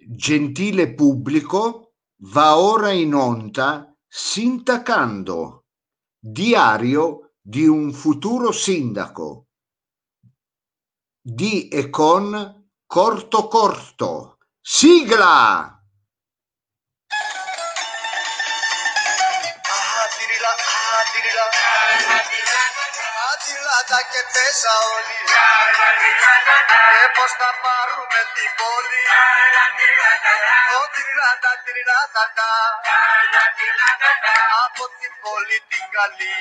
Gentile pubblico, va ora in onda Sindacando, diario di un futuro sindaco di e con Corto Corto. Sigla! Adilata che pesa oli e posta parrume di poli o tirata a potti politica lì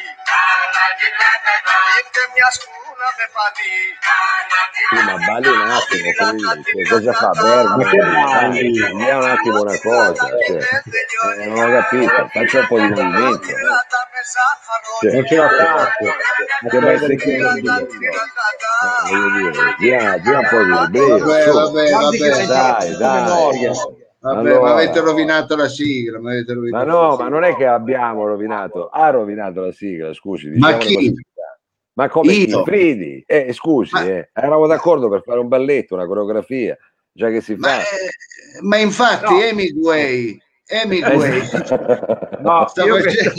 in che mi ascuna me padi. Sì, ma balli un attimo, che cosa fa Bergman? Via un attimo una cosa, cioè, non ho capito, faccia un po' di movimento. Non ce la faccio. Che mette che voglio dire, via un po' di brio, Vabbè. dai. Vabbè, Allora, ma avete rovinato la sigla. ma no, ma non è che abbiamo rovinato, ha rovinato la sigla, scusi, Ma diciamo le chi? cose chiare. Ma come chi? Io? Fridi, scusi, eravamo d'accordo per fare un balletto, una coreografia, già che si fa. Ma infatti No. Hemingway No, io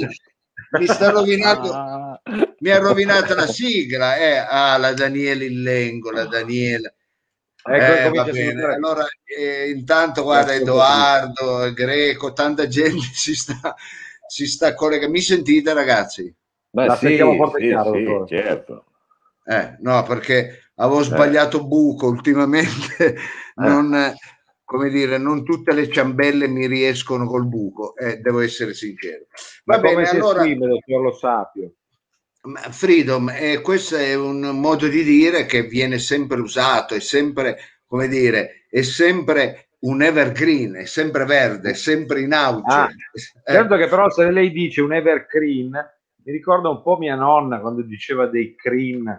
mi ha rovinato la sigla, la Daniele Illengo, la Daniela. Va bene. Allora, intanto guarda Edoardo, Greco, tanta gente si sta collegando. Mi sentite, ragazzi? Beh, la sì, sentiamo forte e chiaro, dottore. certo. No, perché avevo sbagliato buco ultimamente, come dire, non tutte le ciambelle mi riescono col buco, devo essere sincero. Va come bene, si allora, esprime, dottor Lo Sapio? Freedom, questo è un modo di dire che viene sempre usato, è sempre, come dire, è sempre un evergreen, è sempre verde, è sempre in auge. Certo che però se lei dice un evergreen, mi ricorda un po' mia nonna quando diceva dei green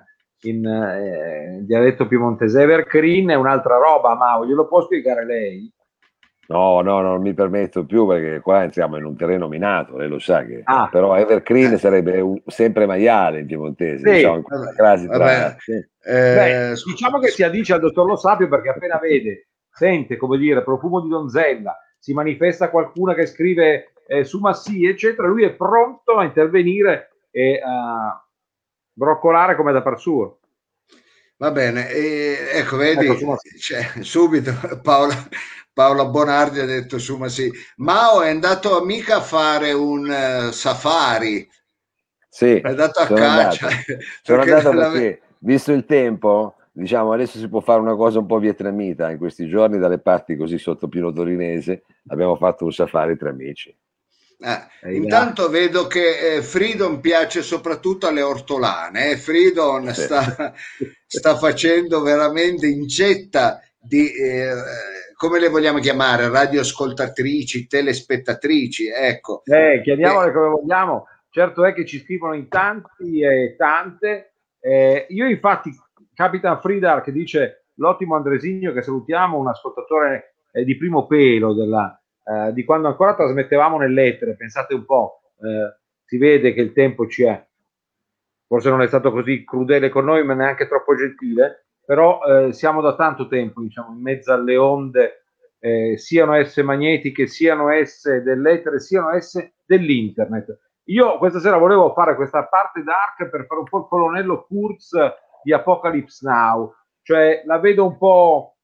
in dialetto piemontese. Evergreen è un'altra roba, ma glielo può spiegare lei? No, non mi permetto più perché qua entriamo in un terreno minato, lei lo sa che. Però evergreen sarebbe sempre maiale in piemontese, Sì. diciamo in questa crasi tra... Diciamo che si addice al dottor Lo Sapio perché appena vede, sente, come dire, profumo di donzella, si manifesta qualcuna che scrive su Massi, eccetera, lui è pronto a intervenire e a broccolare come da par suo. Va bene, ecco, vedi, subito Paola Bonardi ha detto su Massi. Mao è andato mica a fare un safari. Sì, è andato a sono caccia. andato perché, visto il tempo, diciamo, adesso si può fare una cosa un po' vietnamita. In questi giorni, dalle parti così sotto Pino Torinese, abbiamo fatto un safari tra amici. Intanto vedo che Freedom piace soprattutto alle ortolane. Freedom sta facendo veramente incetta di, come le vogliamo chiamare, radioascoltatrici, telespettatrici, ecco. Chiamiamole come vogliamo. Certo è che ci scrivono in tanti e tante. Io infatti, Capitan Frida che dice l'ottimo Andresigno, che salutiamo, un ascoltatore di primo pelo di quando ancora trasmettevamo nell'etere, pensate un po', si vede che il tempo ci è. Forse non è stato così crudele con noi, ma neanche troppo gentile, però siamo da tanto tempo, diciamo, in mezzo alle onde, siano esse magnetiche, siano esse dell'etere, siano esse dell'internet. Io questa sera volevo fare questa parte dark per fare un po' il colonnello Kurz di Apocalypse Now, cioè la vedo un po',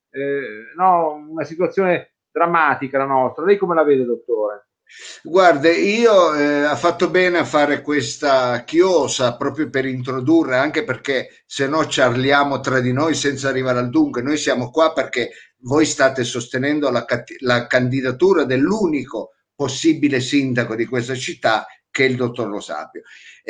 una situazione drammatica la nostra. Lei come la vede, dottore? Guarda, io ha fatto bene a fare questa chiosa proprio per introdurre, anche perché se no ciarliamo tra di noi senza arrivare al dunque. Noi siamo qua perché voi state sostenendo la candidatura dell'unico possibile sindaco di questa città, che è il dottor Lo Sapio.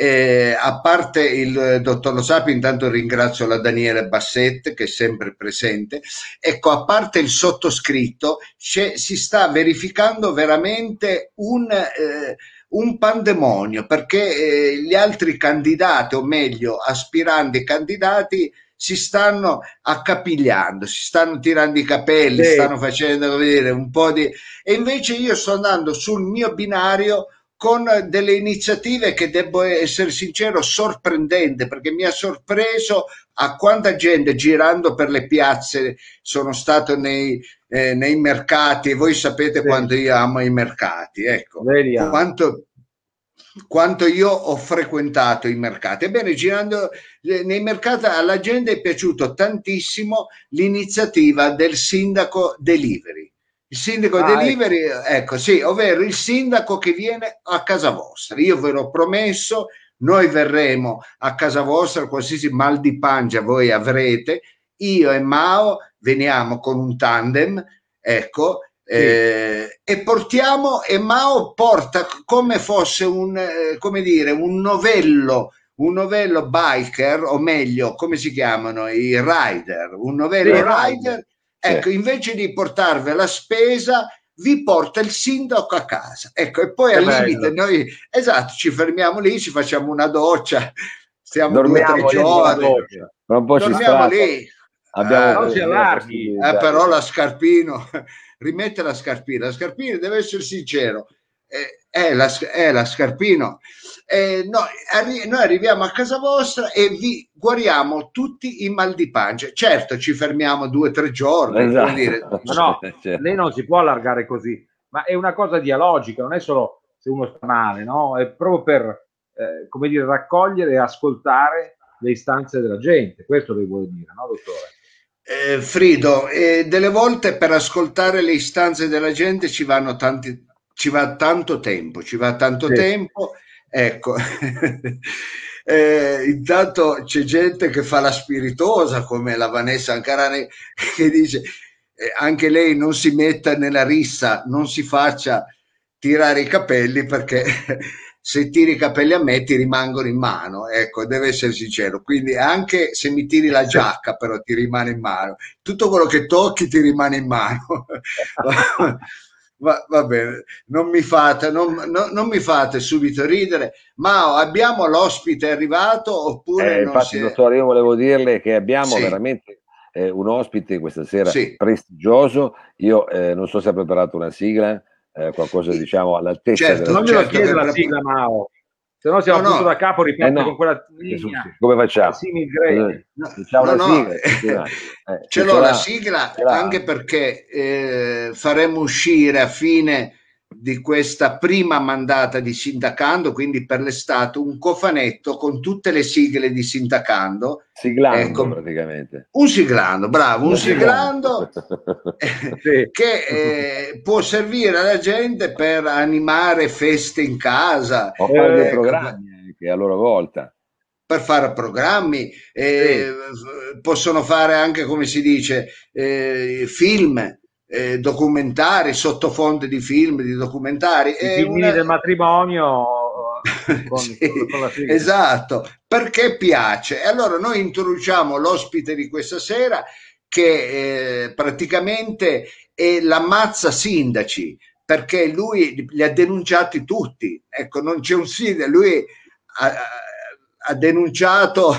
A parte il dottor Lo Sapio, intanto ringrazio la Daniele Basset che è sempre presente. Ecco, a parte il sottoscritto, si sta verificando veramente un pandemonio, perché gli altri candidati, o meglio, aspiranti candidati, si stanno accapigliando, si stanno tirando i capelli, stanno facendo, come dire, un po' di... E invece io sto andando sul mio binario con delle iniziative che, devo essere sincero, sorprendente, perché mi ha sorpreso a quanta gente girando per le piazze. Sono stato nei mercati, e voi sapete Sì, quanto io amo i mercati, ecco, vediamo. quanto io ho frequentato i mercati. Ebbene, girando nei mercati alla gente è piaciuto tantissimo l'iniziativa del sindaco Delivery. Il sindaco Ah, Delivery, ecco. ecco, sì, ovvero il sindaco che viene a casa vostra. Io ve l'ho promesso, noi verremo a casa vostra, qualsiasi mal di pancia voi avrete, io e Mao veniamo con un tandem, ecco, Sì, e portiamo, e Mao porta come fosse come dire, un novello biker, o meglio, come si chiamano i rider, un sì, novello Rider. rider. Sì. Ecco, invece di portarvi la spesa, vi porta il sindaco a casa. Ecco, e poi Che al limite bello. noi, esatto, ci fermiamo lì, ci facciamo una doccia, stiamo 2 o 3 Dormiamo lì, Facendo la giorni, doccia. tra un po' ci Ma dormiamo strappa. lì. Abbiamo non si così la allarghi. possibilità Però di... la Scarpino, rimette la Scarpino, devo essere sincero, la Scarpino. Noi arriviamo a casa vostra e vi guariamo tutti i mal di pancia. Certo, ci fermiamo 2 o 3 giorni, come dire. Esatto. Ma no, Cioè, lei non si può allargare così, ma è una cosa dialogica, non è solo se uno sta male, no? È proprio per, come dire, raccogliere e ascoltare le istanze della gente. Questo lei vuole dire, no, dottore? Frido, delle volte per ascoltare le istanze della gente ci va tanto tempo, ci va tanto Sì. tempo, ecco. Intanto c'è gente che fa la spiritosa, come la Vanessa Ancarani, che dice anche lei non si metta nella rissa, non si faccia tirare i capelli, perché se tiri i capelli a me ti rimangono in mano, ecco, deve essere sincero. Quindi anche se mi tiri la giacca, però ti rimane in mano. Tutto quello che tocchi ti rimane in mano. Va bene, non mi fate subito ridere, ma abbiamo l'ospite arrivato oppure non si infatti, è... dottore, io volevo dirle che abbiamo Sì, veramente un ospite questa sera sì. prestigioso. Io non so se ha preparato una sigla, qualcosa diciamo all'altezza della Non Certo, glielo sua... certo chiede che la sigla, Mao, se no no, siamo punto no, da capo, riparte con No, quella perché linea come facciamo? simil greco. no, Se c'ha no, una no, sigla, aspetti un attimo. ce Se l'ho ce la l'ha, sigla, ce l'ha. anche perché faremo uscire a fine di questa prima mandata di Sindacando, quindi per l'estate, un cofanetto con tutte le sigle di Sindacando. Siglando Ecco, praticamente. un siglando, bravo, un Un siglando. siglando Sì. che può servire alla gente per animare feste in casa, O fare dei ecco, programmi anche a loro volta. per fare programmi, Sì. possono fare anche, come si dice, film, documentari, sottofonte di film, di documentari. I È filmini una... del matrimonio con, Sì, con la sigla. esatto, perché piace. E allora noi introduciamo l'ospite di questa sera, che praticamente è l'ammazza sindaci, perché lui li ha denunciati tutti. Ecco, non c'è un sindaco, lui ha, ha denunciato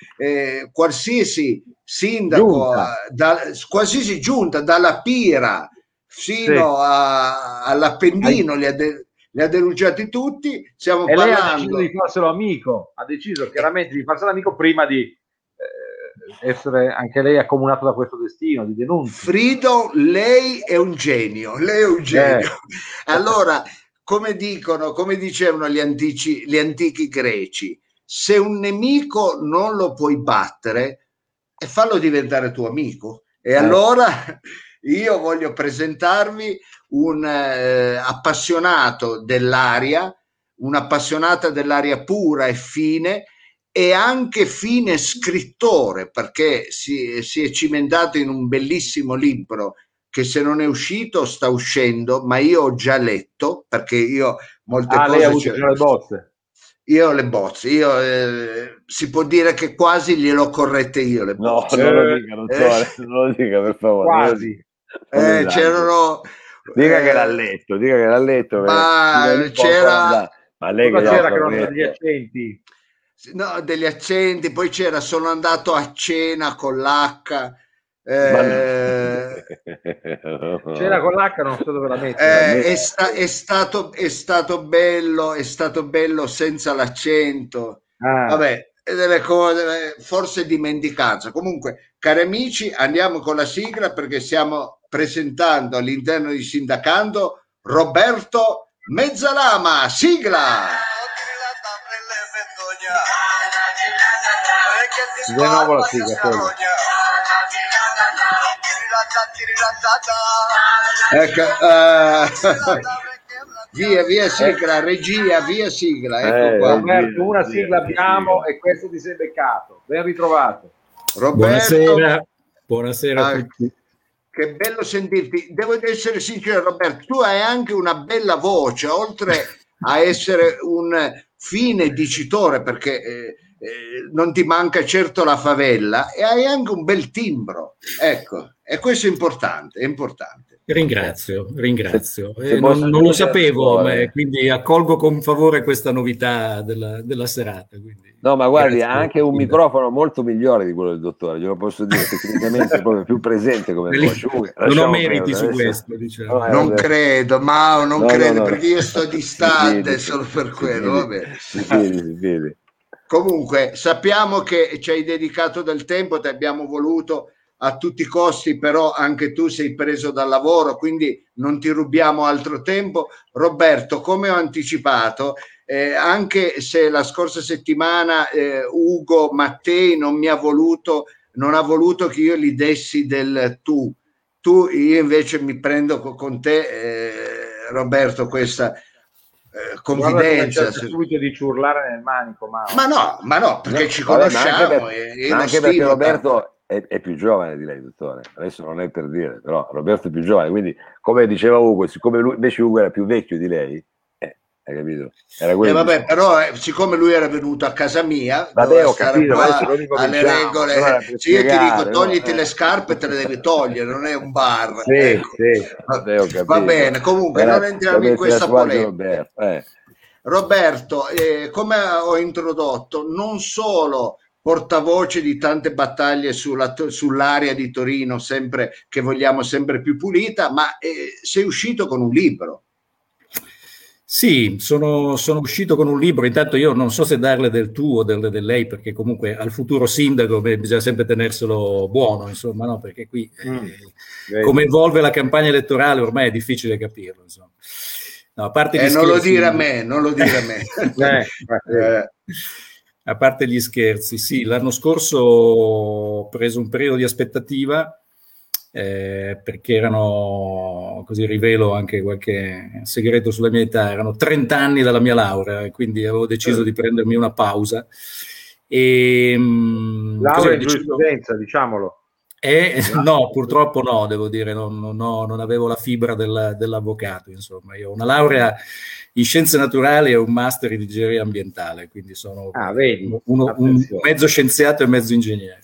qualsiasi sindaco, Giunta. qualsiasi giunta, dalla Pira Sì. fino all'Appennino, li ha denunciati tutti. Stiamo E lei ha deciso di parlando. farselo amico, ha deciso chiaramente di farselo amico prima di essere anche lei accomunato da questo destino di denunce. Frido, lei è un genio, lei è un genio. Eh. Allora, come dicono, come dicevano gli antichi greci, se un nemico non lo puoi battere, fallo diventare tuo amico. E allora io voglio presentarvi un appassionato dell'aria, un'appassionata dell'aria pura e fine, e anche fine scrittore, perché si è cimentato in un bellissimo libro che, se non è uscito, sta uscendo, ma io ho già letto, perché io molte Lei ha cose... avuto già le bozze. Io le bozze, si può dire che quasi glielo corrette io le No, bozze. non lo dica, dottore, non lo dica, per favore. Quasi. Non esageri. C'erano... Dica che l'ha letto, dica che l'ha letto. Ma c'era... Ma lei Cosa che c'era l'ha che non aveva degli letto? accenti? No, degli accenti, poi c'era, sono andato a cena con l'H, C'era con l'H, non so dove la mettere. È stato bello senza l'accento. Vabbè, delle cose forse dimenticanza. Comunque, cari amici, andiamo con la sigla perché stiamo presentando all'interno di Sindacando Roberto Mezzalama. Sigla! Di nuovo la sigla, ecco, via sigla, regia, via sigla. Ecco qua. Roberto, una sigla abbiamo e questo ti sei beccato. Ben ritrovato. Roberto, buonasera a tutti. Che bello sentirti. Devo essere sincero, Roberto, tu hai anche una bella voce, oltre a essere un fine dicitore, perché non ti manca certo la favella, e hai anche un bel timbro. Ecco, e questo è importante, è importante. Ringrazio. Non lo sapevo, quindi accolgo con favore questa novità della serata. Quindi. No, ma guardi, ha anche un microfono molto migliore di quello del dottore, glielo posso dire, tecnicamente proprio più presente come voce. Non ho meriti su questo, diciamo. Non credo, Mao, non credo, perché io sto distante solo per quello. Va bene. Si vede. Comunque, sappiamo che ci hai dedicato del tempo, ti abbiamo voluto a tutti i costi, però anche tu sei preso dal lavoro, quindi non ti rubiamo altro tempo. Roberto, come ho anticipato, anche se la scorsa settimana Ugo Mattei non ha voluto che io gli dessi del tu, io invece mi prendo con te, Roberto, questa confidenza. Subito di ciurlare nel manico, ma no, perché ci conosciamo. Ma anche perché Roberto è più giovane di lei, dottore. Adesso non è per dire, però Roberto è più giovane, quindi come diceva Ugo, siccome lui invece Ugo era più vecchio di lei, hai capito? Era vabbè, però siccome lui era venuto a casa mia, vabbè, ho capito, alle regole, allora, se io ti dico togliti le scarpe, te le devi togliere, non è un bar. Sì, ecco. Vabbè, va bene, comunque non entriamo in questa polemica. Roberto, come ho introdotto, non solo portavoce di tante battaglie sull'area di Torino, sempre che vogliamo sempre più pulita, ma sei uscito con un libro. Sì, sono uscito con un libro. Intanto io non so se darle del tu o del lei, perché comunque al futuro sindaco bisogna sempre tenerselo buono, insomma, no? Perché qui come evolve la campagna elettorale ormai è difficile capirlo, insomma. No, a parte gli non lo dire a me. A parte gli scherzi, sì, l'anno scorso ho preso un periodo di aspettativa perché erano, così rivelo anche qualche segreto sulla mia età, erano 30 anni dalla mia laurea e quindi avevo deciso di prendermi una pausa. Laurea in giurisprudenza, diciamolo. No, purtroppo no, devo dire, non avevo la fibra dell'avvocato, insomma. Io ho una laurea in scienze naturali e un master in ingegneria ambientale, quindi sono un mezzo scienziato e mezzo ingegnere.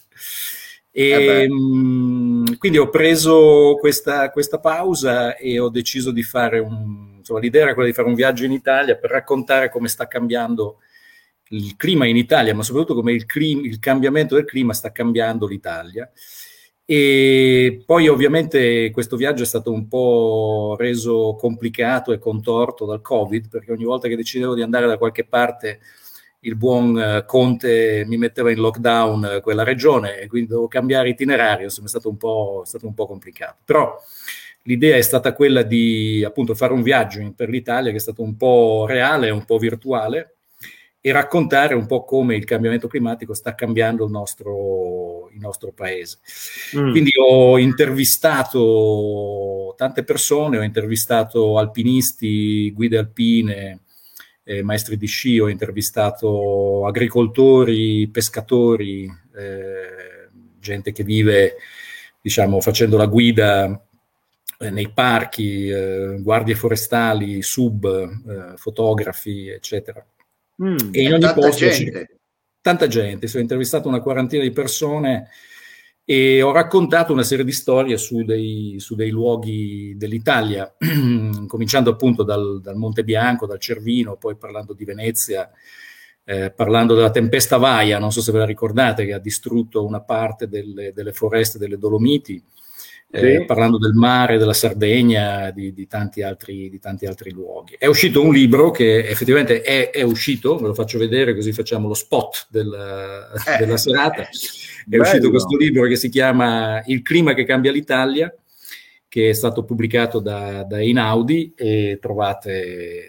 Quindi ho preso questa pausa e ho deciso di fare l'idea era quella di fare un viaggio in Italia per raccontare come sta cambiando il clima in Italia, ma soprattutto come il cambiamento del clima sta cambiando l'Italia. E poi ovviamente questo viaggio è stato un po' reso complicato e contorto dal Covid, perché ogni volta che decidevo di andare da qualche parte il buon Conte mi metteva in lockdown quella regione e quindi dovevo cambiare itinerario, insomma è stato un po' complicato. Però l'idea è stata quella di appunto fare un viaggio per l'Italia che è stato un po' reale, un po' virtuale, e raccontare un po' come il cambiamento climatico sta cambiando il nostro paese. Quindi ho intervistato tante persone, ho intervistato alpinisti, guide alpine, maestri di sci, ho intervistato agricoltori, pescatori, gente che vive, diciamo, facendo la guida nei parchi, guardie forestali, fotografi, eccetera. E in ogni posto tanta gente, ho intervistato una quarantina di persone e ho raccontato una serie di storie su dei luoghi dell'Italia, cominciando appunto dal Monte Bianco, dal Cervino, poi parlando di Venezia, parlando della tempesta Vaia, non so se ve la ricordate, che ha distrutto una parte delle foreste delle Dolomiti, Sì. parlando del mare, della Sardegna, di tanti altri luoghi. È uscito un libro che effettivamente è uscito, ve lo faccio vedere così facciamo lo spot della serata. È uscito questo libro che si chiama Il clima che cambia l'Italia, che è stato pubblicato da Einaudi e trovate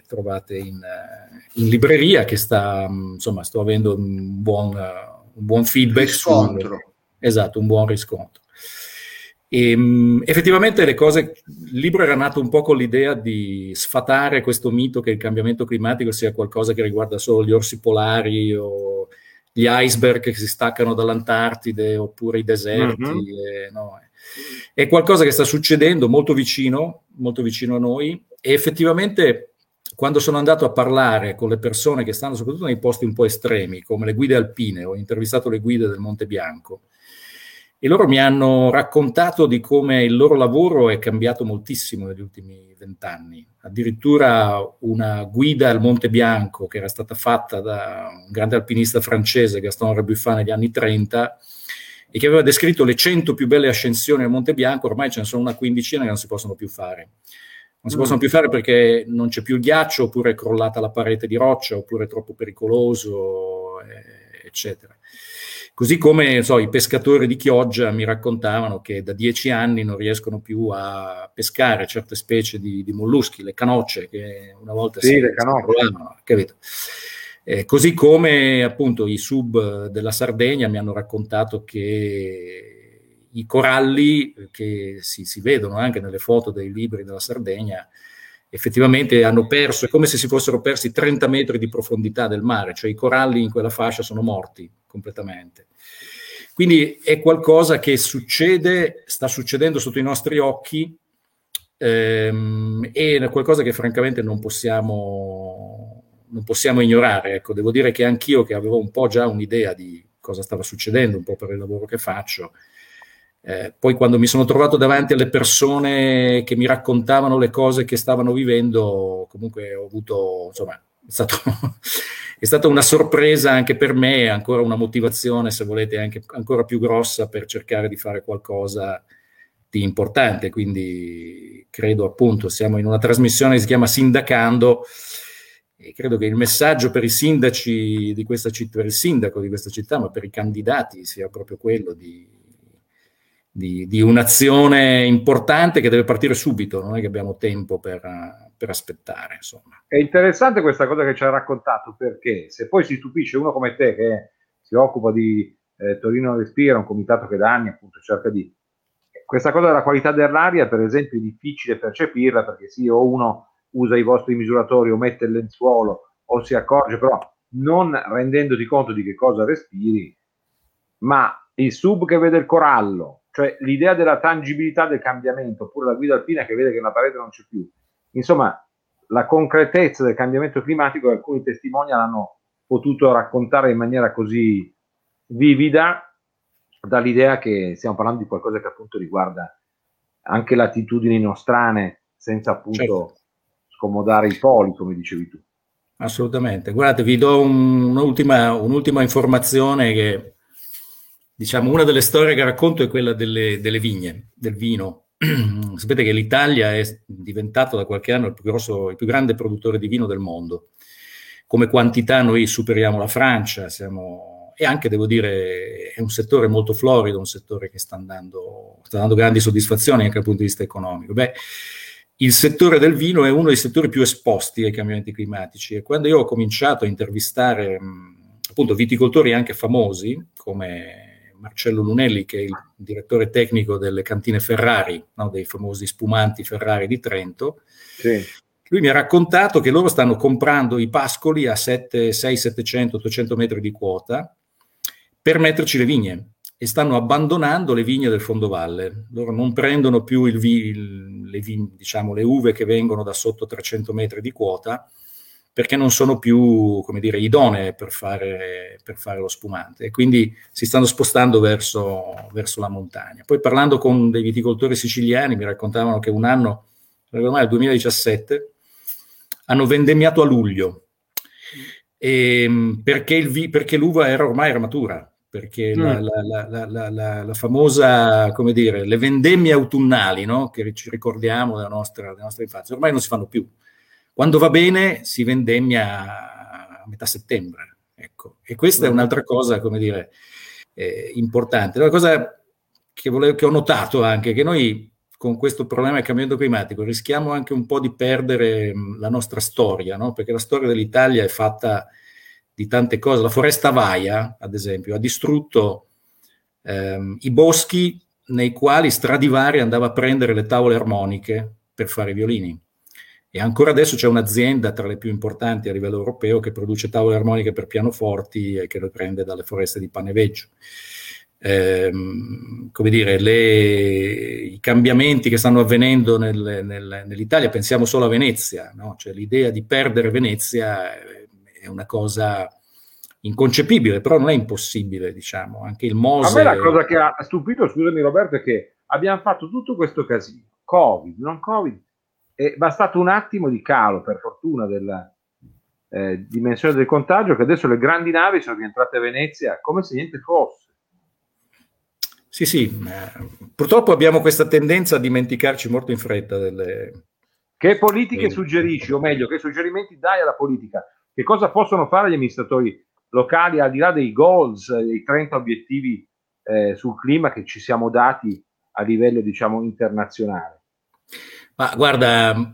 in libreria, che insomma, sto avendo un buon feedback. Esatto, un buon riscontro. E, effettivamente il libro era nato un po' con l'idea di sfatare questo mito che il cambiamento climatico sia qualcosa che riguarda solo gli orsi polari o gli iceberg che si staccano dall'Antartide oppure i deserti. No, è qualcosa che sta succedendo molto vicino a noi, e effettivamente quando sono andato a parlare con le persone che stanno soprattutto nei posti un po' estremi, come le guide alpine, ho intervistato le guide del Monte Bianco, e loro mi hanno raccontato di come il loro lavoro è cambiato moltissimo negli ultimi 20 anni. Addirittura una guida al Monte Bianco che era stata fatta da un grande alpinista francese, Gaston Rebuffat, negli anni 30, e che aveva descritto le 100 più belle ascensioni al Monte Bianco, ormai ce ne sono una quindicina che non si possono più fare. Non si possono più fare perché non c'è più il ghiaccio, oppure è crollata la parete di roccia, oppure è troppo pericoloso, eccetera. Così come i pescatori di Chioggia mi raccontavano che da 10 anni non riescono più a pescare certe specie di molluschi, le canocce, che una volta si trovavano, capito? Così come appunto i sub della Sardegna mi hanno raccontato che i coralli che si vedono anche nelle foto dei libri della Sardegna effettivamente hanno perso, è come se si fossero persi 30 metri di profondità del mare, cioè i coralli in quella fascia sono morti completamente. Quindi è qualcosa che sta succedendo sotto i nostri occhi, è qualcosa che francamente non possiamo ignorare. Ecco, devo dire che anch'io, che avevo un po' già un'idea di cosa stava succedendo, un po' per il lavoro che faccio, poi quando mi sono trovato davanti alle persone che mi raccontavano le cose che stavano vivendo, comunque ho avuto, insomma, è stata una sorpresa anche per me, ancora una motivazione, se volete, anche ancora più grossa per cercare di fare qualcosa di importante. Quindi credo, appunto, siamo in una trasmissione che si chiama Sindacando, e credo che il messaggio per i sindaci di questa città, per il sindaco di questa città, ma per i candidati, sia proprio quello di un'azione importante che deve partire subito, non è che abbiamo tempo per aspettare, insomma. È interessante questa cosa che ci hai raccontato, perché se poi si stupisce uno come te che si occupa di Torino Respira, un comitato che da anni appunto cerca di... Questa cosa della qualità dell'aria, per esempio, è difficile percepirla, perché sì, o uno usa i vostri misuratori o mette il lenzuolo o si accorge, però non rendendoti conto di che cosa respiri. Ma il sub che vede il corallo, cioè l'idea della tangibilità del cambiamento, oppure la guida alpina che vede che la parete non c'è più, insomma la concretezza del cambiamento climatico che alcuni testimonial hanno potuto raccontare in maniera così vivida, dall'idea che stiamo parlando di qualcosa che appunto riguarda anche latitudini nostrane, senza appunto scomodare i poli, come dicevi tu. Assolutamente. Guardate, vi do un'ultima informazione che, diciamo, una delle storie che racconto è quella delle vigne, del vino. Sapete che l'Italia è diventato da qualche anno il più grande produttore di vino del mondo. Come quantità noi superiamo la Francia, e anche, devo dire, è un settore molto florido, un settore che sta dando grandi soddisfazioni anche dal punto di vista economico. Il settore del vino è uno dei settori più esposti ai cambiamenti climatici, e quando io ho cominciato a intervistare appunto viticoltori anche famosi come Marcello Lunelli, che è il direttore tecnico delle cantine Ferrari, no, dei famosi spumanti Ferrari di Trento, sì. Lui mi ha raccontato che loro stanno comprando i pascoli a 600, 700, 800 metri di quota per metterci le vigne, e stanno abbandonando le vigne del fondovalle. Loro non prendono più le uve che vengono da sotto 300 metri di quota, perché non sono più, come dire, idonee per fare lo spumante, e quindi si stanno spostando verso la montagna. Poi, parlando con dei viticoltori siciliani, mi raccontavano che un anno, ormai nel 2017, hanno vendemmiato a luglio, perché l'uva ormai era matura, perché la famosa, come dire, le vendemmie autunnali, no? Che ci ricordiamo della nostra infanzia, ormai non si fanno più. Quando va bene si vendemmia a metà settembre, ecco. E questa è un'altra cosa, come dire, importante. Una cosa che ho notato anche, che noi con questo problema del cambiamento climatico rischiamo anche un po' di perdere la nostra storia, no? Perché la storia dell'Italia è fatta di tante cose. La foresta Vaia, ad esempio, ha distrutto i boschi nei quali Stradivari andava a prendere le tavole armoniche per fare i violini. E ancora adesso c'è un'azienda tra le più importanti a livello europeo che produce tavole armoniche per pianoforti e che le prende dalle foreste di Paneveggio. Come dire, i cambiamenti che stanno avvenendo nell'Italia, pensiamo solo a Venezia, no? Cioè, l'idea di perdere Venezia è una cosa inconcepibile, però non è impossibile, diciamo. Anche il Mose... A me la cosa che ha stupito, scusami Roberto, è che abbiamo fatto tutto questo casino, Covid, non Covid, è bastato un attimo di calo, per fortuna, della dimensione del contagio, che adesso le grandi navi sono rientrate a Venezia come se niente fosse. Sì, purtroppo abbiamo questa tendenza a dimenticarci molto in fretta delle... Che politiche suggerisci, o meglio, che suggerimenti dai alla politica? Che cosa possono fare gli amministratori locali al di là dei goals, dei 30 obiettivi sul clima che ci siamo dati a livello, diciamo, internazionale? Ma guarda,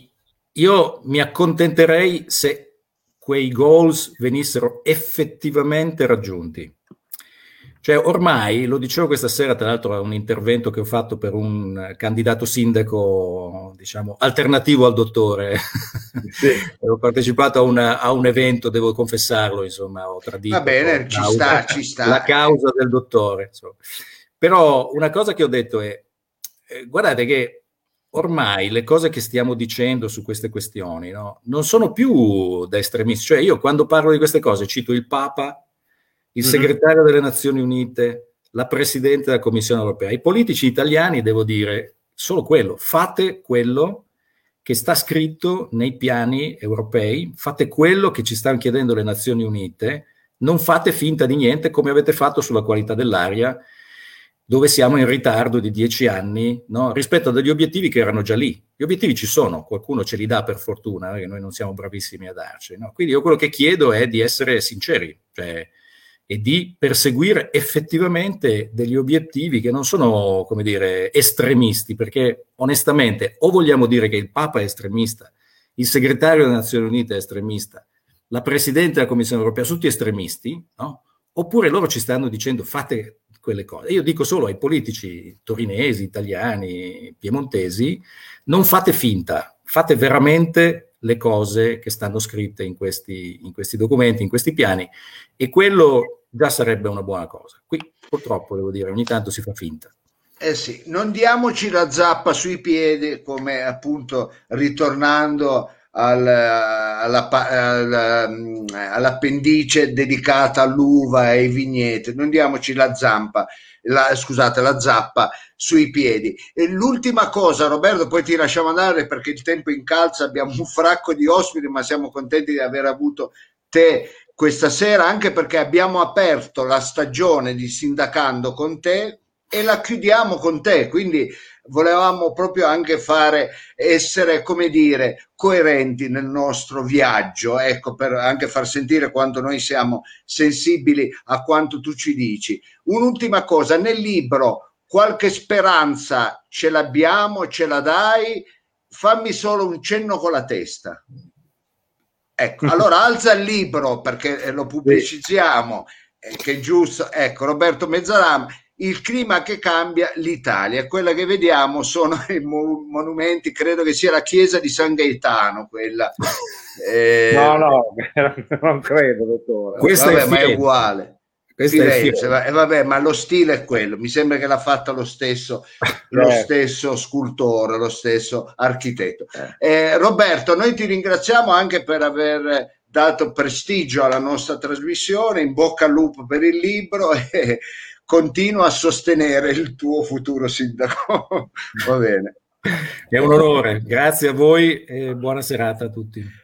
io mi accontenterei se quei goals venissero effettivamente raggiunti. Cioè, ormai, lo dicevo questa sera, tra l'altro, a un intervento che ho fatto per un candidato sindaco, diciamo, alternativo al dottore. Sì. Ho partecipato a un evento, devo confessarlo, insomma, ho tradito. Va bene, ci sta. La causa del dottore. Insomma. Però una cosa che ho detto è, guardate che ormai le cose che stiamo dicendo su queste questioni, no, non sono più da estremisti. Cioè, io quando parlo di queste cose cito il Papa, il segretario delle Nazioni Unite, la Presidente della Commissione Europea. I politici italiani, devo dire, solo quello. Fate quello che sta scritto nei piani europei, fate quello che ci stanno chiedendo le Nazioni Unite, non fate finta di niente come avete fatto sulla qualità dell'aria, dove siamo in ritardo di 10 anni, no? Rispetto a degli obiettivi che erano già lì. Gli obiettivi ci sono, qualcuno ce li dà per fortuna, perché noi non siamo bravissimi a darci. No? Quindi io quello che chiedo è di essere sinceri, cioè, e di perseguire effettivamente degli obiettivi che non sono, come dire, estremisti, perché onestamente o vogliamo dire che il Papa è estremista, il segretario delle Nazioni Unite è estremista, la Presidente della Commissione Europea, tutti estremisti, no? Oppure loro ci stanno dicendo fate quelle cose. Io dico solo ai politici torinesi, italiani, piemontesi, non fate finta, fate veramente le cose che stanno scritte in questi documenti, in questi piani, e quello già sarebbe una buona cosa. Qui purtroppo, devo dire, ogni tanto si fa finta. Eh sì, non diamoci la zappa sui piedi, come appunto ritornando all'appendice dedicata all'uva e ai vigneti, non diamoci la zappa sui piedi. E l'ultima cosa, Roberto, poi ti lasciamo andare perché il tempo incalza, abbiamo un fracco di ospiti, ma siamo contenti di aver avuto te questa sera, anche perché abbiamo aperto la stagione di Sindacando con te e la chiudiamo con te, quindi volevamo proprio anche essere, come dire, coerenti nel nostro viaggio, ecco, per anche far sentire quanto noi siamo sensibili a quanto tu ci dici. Un'ultima cosa, nel libro qualche speranza ce l'abbiamo, ce la dai? Fammi solo un cenno con la testa. Ecco, allora alza il libro perché lo pubblicizziamo, che è giusto. Ecco, Roberto Mezzarama, il clima che cambia l'Italia. Quella che vediamo sono i monumenti, credo che sia la chiesa di San Gaetano, quella. No, non credo, dottore. Questa vabbè, ma è uguale. Firenze, vabbè, ma lo stile è quello. Mi sembra che l'ha fatta lo stesso scultore, lo stesso architetto. Roberto, noi ti ringraziamo anche per aver dato prestigio alla nostra trasmissione. In bocca al lupo per il libro e continua a sostenere il tuo futuro sindaco. Va bene. È un onore, grazie a voi e buona serata a tutti.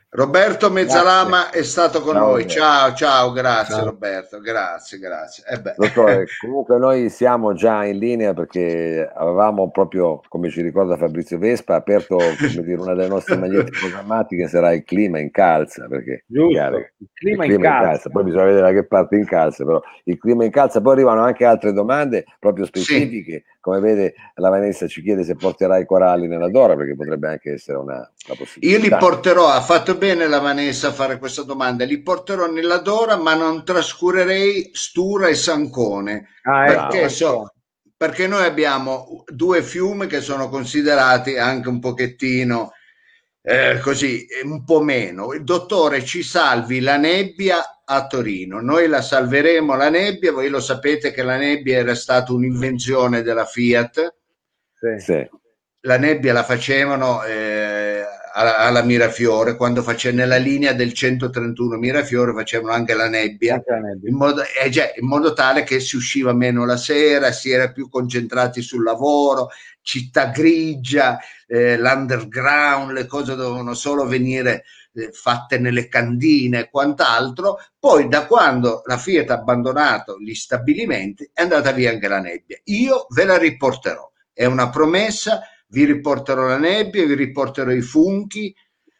Roberto Mezzalama Grazie. è stato con Ciao, noi. Roberto. Ciao, ciao, grazie Ciao. Roberto, grazie. Dottore, comunque noi siamo già in linea perché avevamo proprio, come ci ricorda Fabrizio Vespa, aperto, come dire, una delle nostre magliette programmatiche sarà il clima in calza, perché è chiaro Giusto, che il clima in calza. poi bisogna vedere da che parte in calza, però il clima in calza, poi arrivano anche altre domande proprio Sì, specifiche, come vede la Vanessa ci chiede se porterà i coralli nella Dora, perché potrebbe anche essere una io li possibilità. porterò, ha fatto bene la Vanessa a fare questa domanda, li porterò nella Dora, ma non trascurerei Stura e Sancone, Bravo. perché noi abbiamo due fiumi che sono considerati anche un pochettino così, un po' meno. Il dottore ci salvi la nebbia a Torino, noi la salveremo la nebbia, voi lo sapete che la nebbia era stata un'invenzione della Fiat. Sì. La nebbia la facevano alla Mirafiore, quando facevano nella linea del 131 Mirafiore facevano anche la nebbia, Anche la nebbia. in modo tale che si usciva meno la sera, si era più concentrati sul lavoro, città grigia, l'underground, le cose dovevano solo venire fatte nelle cantine e quant'altro. Poi da quando la Fiat ha abbandonato gli stabilimenti è andata via anche la nebbia. Io ve la riporterò, è una promessa. Vi riporterò la nebbia, vi riporterò i funghi,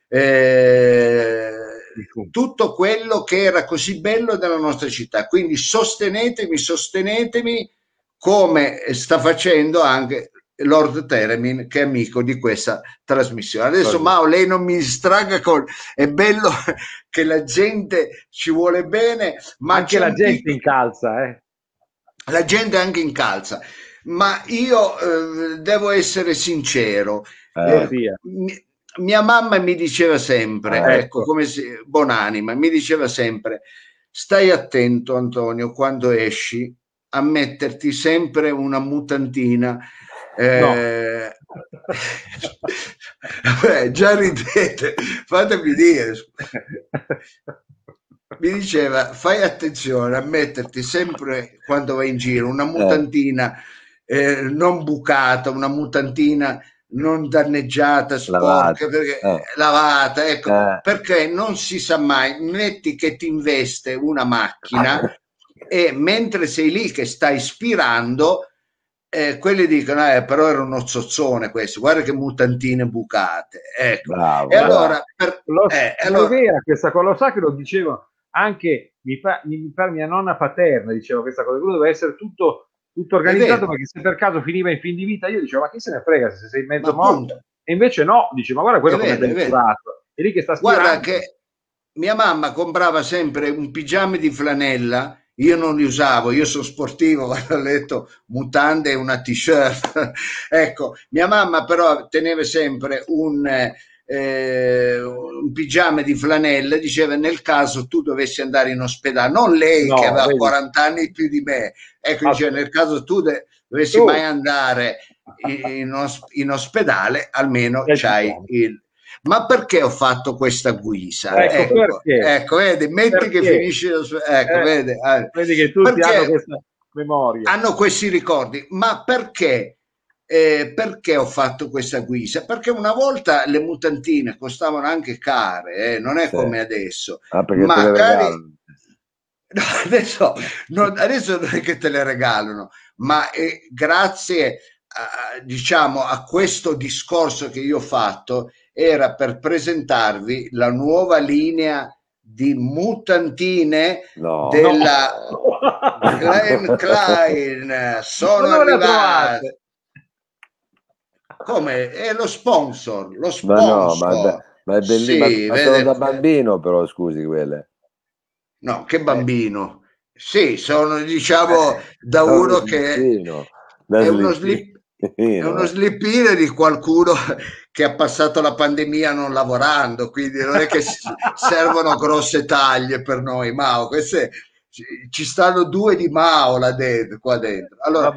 tutto quello che era così bello della nostra città. Quindi sostenetemi come sta facendo anche Lord Teremin, che è amico di questa trasmissione. Adesso Mao, lei non mi distragga è bello che la gente ci vuole bene, ma anche la gente incalza, la gente anche incalza. Ma io devo essere sincero, mia mamma mi diceva sempre, ecco, buonanima, mi diceva sempre, stai attento Antonio quando esci a metterti sempre una mutantina. Già ridete, fatemi dire. Mi diceva fai attenzione a metterti sempre quando vai in giro una mutantina non bucata, una mutantina non danneggiata, sporca, lavata, ecco, perché non si sa mai, metti che ti investe una macchina e mentre sei lì che stai spirando, quelli dicono però era uno zozzone questo, guarda che mutantine bucate, ecco. Bravo, e allora, allora è vera questa cosa, lo sa che lo dicevo anche mia nonna paterna, diceva questa cosa, quello deve essere tutto organizzato, perché se per caso finiva in fin di vita io dicevo ma chi se ne frega se sei mezzo morto, e invece no, dice ma guarda quello come è ben curato, è lì che sta spirando. Guarda che mia mamma comprava sempre un pigiama di flanella, io non li usavo, io sono sportivo, vado a letto mutande e una t-shirt ecco, mia mamma però teneva sempre un pigiama di flanella, diceva nel caso tu dovessi andare in ospedale, non lei che aveva 40 anni più di me, ecco, diceva nel caso tu dovessi mai andare in ospedale, almeno c'hai il... Ma perché ho fatto questa guisa? Ecco, vedi, metti che finisce vedi che tutti hanno questa memoria, hanno questi ricordi, ma perché? Perché ho fatto questa guisa? Perché una volta le mutantine costavano anche care, non è come adesso. Ma cari, no, adesso non è che te le regalano, ma grazie diciamo a questo discorso che io ho fatto era per presentarvi la nuova linea di mutantine della Glen Klein. Sono arrivate. Come? È lo sponsor, ma è bellissimo, ma sono da bambino però, scusi, quelle. No, che bambino. Sì, sono diciamo da uno che è uno slippino di qualcuno che ha passato la pandemia non lavorando, quindi non è che servono grosse taglie per noi, Mao, queste ci stanno due di Mao qua dentro. Allora,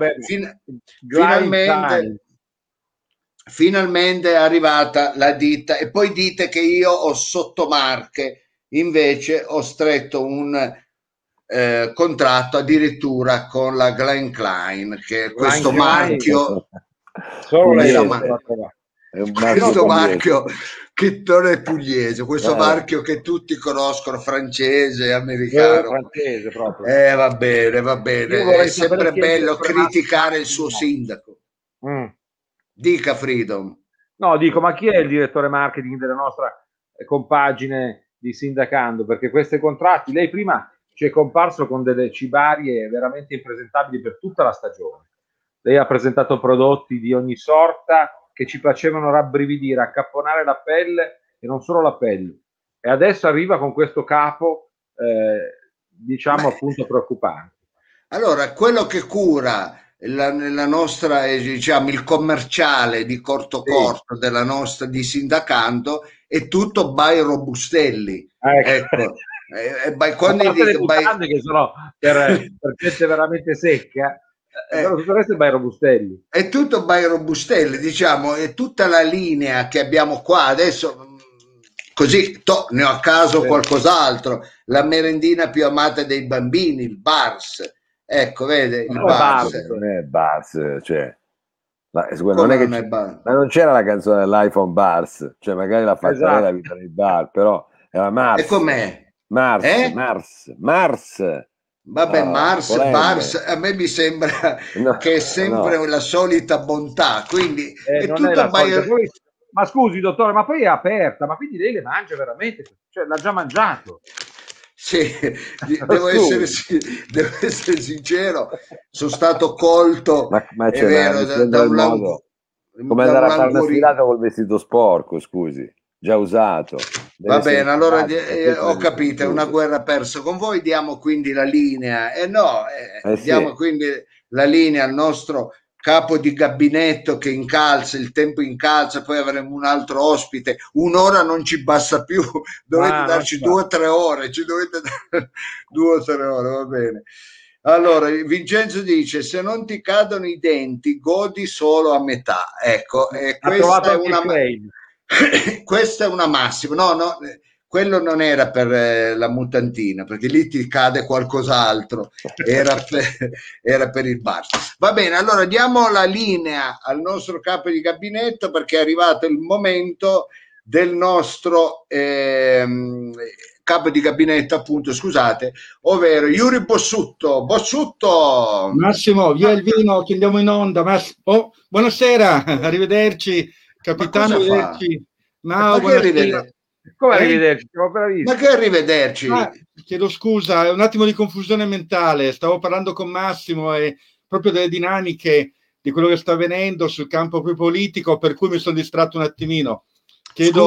finalmente è arrivata la ditta, e poi dite che io ho sottomarche, invece ho stretto un contratto addirittura con la Glen Klein, che è questo marchio È un marchio questo pugliese. marchio che non è pugliese, questo marchio che tutti conoscono, francese, americano. Francese proprio. Va bene, va bene. Io vorrei È sapere sempre chi è il bello direttore criticare il marketing. suo sindaco. Mm. Dica Freedom. No, dico, ma chi è il direttore marketing della nostra compagine di Sindacando? Perché questi contratti, lei prima ci è comparso con delle cibarie veramente impresentabili per tutta la stagione. Lei ha presentato prodotti di ogni sorta che ci facevano rabbrividire, accapponare la pelle e non solo la pelle. E adesso arriva con questo capo, diciamo, appunto preoccupante. Allora, quello che cura la nostra, diciamo, il commerciale di corto corto della nostra di Sindacando è tutto by Robustelli. Ecco. Quando A parte le dico mutande che sono per gente veramente secca, però tutto il resto è by Robustelli. è tutto by Robustelli, diciamo, è tutta la linea che abbiamo qua adesso. Così ne ho a caso qualcos'altro, la merendina più amata dei bambini, il Bars. Ecco, vede, il Bars. Non è Bars, cioè. Ma non c'era la canzone dell'iPhone Bars, cioè magari l'ha fatta lei la vita dei bar, però era Mars. E com'è? Mars. Vabbè, Bars, a me mi sembra che è sempre la solita bontà, quindi è non tutto è la solita. Ma scusi, dottore, ma poi è aperta, ma quindi lei le mangia veramente? Cioè, l'ha già mangiato? Sì, devo essere sincero, sono stato colto, ma è vero, da un modo. Come andare a fare una sfilata col vestito sporco, scusi, già usato. Va bene, allora ho capito, è una guerra persa con voi, diamo quindi la linea, diamo quindi la linea al nostro capo di gabinetto che incalza, il tempo incalza, poi avremo un altro ospite, un'ora non ci basta più, dovete darci 2 o 3 ore, ci dovete dare 2 o 3 ore, va bene. Allora, Vincenzo dice, se non ti cadono i denti, godi solo a metà. Ecco, questa è una massima. No, quello non era per la mutantina, perché lì ti cade qualcos'altro, era per il bar. Va bene, allora diamo la linea al nostro capo di gabinetto perché è arrivato il momento del nostro capo di gabinetto, appunto, scusate, ovvero Yuri Bossutto. Massimo, via il vino che andiamo in onda. Buonasera, arrivederci, capitano, arrivederci. Ma che arrivederci? Come arrivederci? Ma che arrivederci? Chiedo scusa, è un attimo di confusione mentale. Stavo parlando con Massimo e proprio delle dinamiche di quello che sta avvenendo sul campo più politico, per cui mi sono distratto un attimino. Chiedo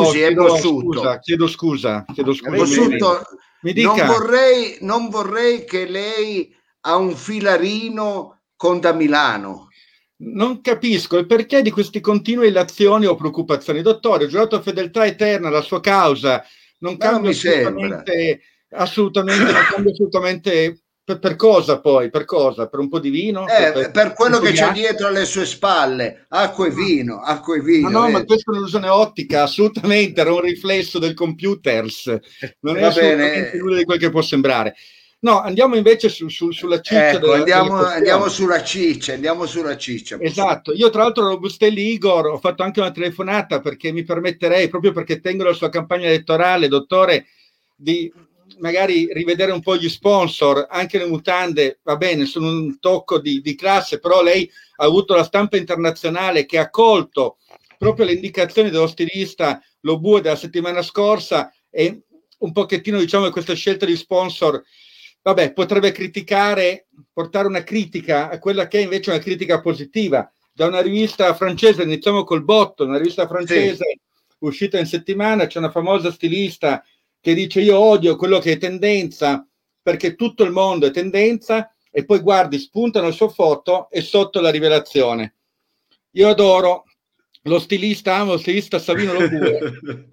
scusa. Bossutto, mi dica. Non vorrei che lei ha un filarino con da Milano. Non capisco il perché di queste continue illazioni o preoccupazioni. Dottore, ho giurato fedeltà eterna alla sua causa, non cambio assolutamente, non cambio assolutamente. Per cosa poi? Per cosa? Per un po' di vino? Per quello che c'è dietro alle sue spalle, acqua e vino. No, ma questa è un'illusione ottica, assolutamente, era un riflesso del computers, non è assolutamente nulla di quel che può sembrare. No, andiamo invece sulla ciccia. Ecco, andiamo sulla ciccia. Esatto, io tra l'altro Robustelli Igor ho fatto anche una telefonata perché mi permetterei, proprio perché tengo la sua campagna elettorale, dottore, di magari rivedere un po' gli sponsor, anche le mutande, va bene, sono un tocco di classe, però lei ha avuto la stampa internazionale che ha colto proprio le indicazioni dello stilista Lobue della settimana scorsa e un pochettino diciamo che questa scelta di sponsor potrebbe portare una critica a quella che è invece una critica positiva da una rivista francese. Iniziamo col botto, una rivista francese uscita in settimana, c'è una famosa stilista che dice io odio quello che è tendenza perché tutto il mondo è tendenza, e poi guardi, spuntano le sue foto e sotto la rivelazione. Io adoro lo stilista, amo lo stilista Savino Lobue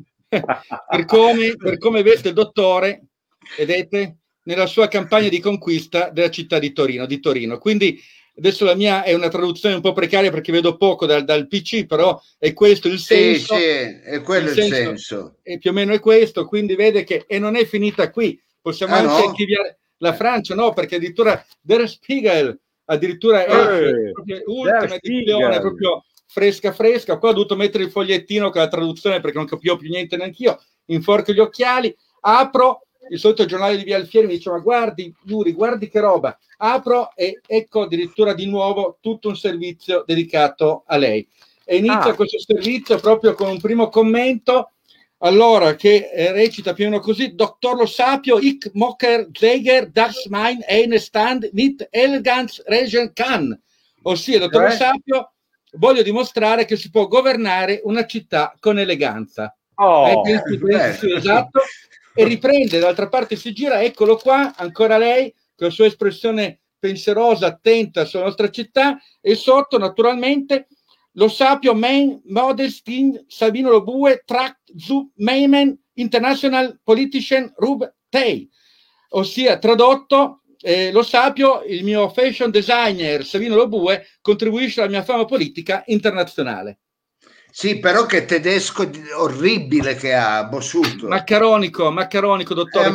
per come veste il dottore, vedete, nella sua campagna di conquista della città di Torino. Quindi adesso la mia è una traduzione un po' precaria perché vedo poco dal PC, però è questo il senso. Sì, è quello il senso. E più o meno è questo, quindi vede che e non è finita qui. Possiamo anche archiviare la Francia, no? Perché addirittura Der Spiegel, addirittura è proprio ultima edizione, proprio fresca. Qua ho dovuto mettere il fogliettino con la traduzione perché non capivo più niente neanch'io, inforco gli occhiali, apro il solito giornale di Via Alfieri, mi dice: ma guardi Yuri, guardi che roba. Apro e ecco addirittura di nuovo tutto un servizio dedicato a lei. E inizia questo servizio proprio con un primo commento, allora, che recita più o meno così: Dottor Lo Sapio, ich mocker Zeiger, das mein eine Stand mit Elegance regen kann. Ossia, dottor Lo Sapio, voglio dimostrare che si può governare una città con eleganza. Esatto. E riprende, dall'altra parte si gira, eccolo qua, ancora lei, con la sua espressione pensierosa, attenta sulla nostra città, e sotto, naturalmente, Lo Sapio, Main, Modestin, Sabino Lobue, Tract, zu Meimen, International Politician, Rub Tei. Ossia, tradotto, Lo Sapio, il mio fashion designer, Sabino Lobue, contribuisce alla mia fama politica internazionale. Sì, però che tedesco orribile che ha, Bossuto. Maccaronico, dottore.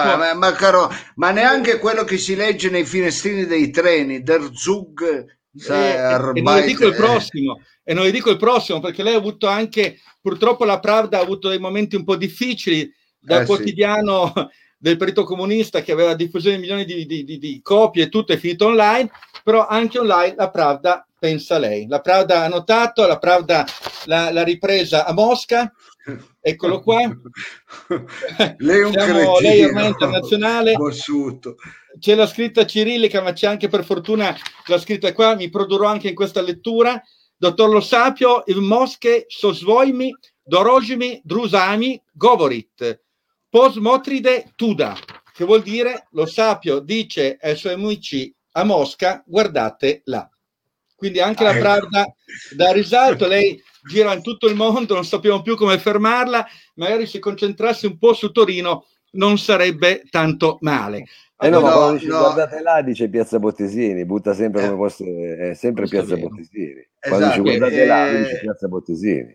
Ma neanche quello che si legge nei finestrini dei treni, der Zug. E non le dico il prossimo, perché lei ha avuto anche, purtroppo la Pravda ha avuto dei momenti un po' difficili, dal quotidiano del Partito Comunista che aveva diffusione di milioni di copie, tutto è finito online, però anche online la Pravda pensa a lei. La Pravda ha notato, la Pravda l'ha ripresa a Mosca, eccolo qua. Lei è un cretino, lei ormai è internazionale. Bossuto. C'è la scritta cirillica, ma c'è anche per fortuna la scritta qua, mi produrrò anche in questa lettura. Dottor Lo Sapio, il Mosche sosvojmi, dorojimi, drusami, govorit, posmotride tuda, che vuol dire Lo Sapio dice ai suoi amici a Mosca: guardate là. Quindi anche la Pravda dà risalto, lei gira in tutto il mondo, non sappiamo più come fermarla, magari se concentrasse un po' su Torino non sarebbe tanto male. Ma quando dice guardate là, dice Piazza Bottesini, butta sempre come fosse, è sempre Piazza Bottesini. Quando dice guardate là, dice Piazza Bottesini.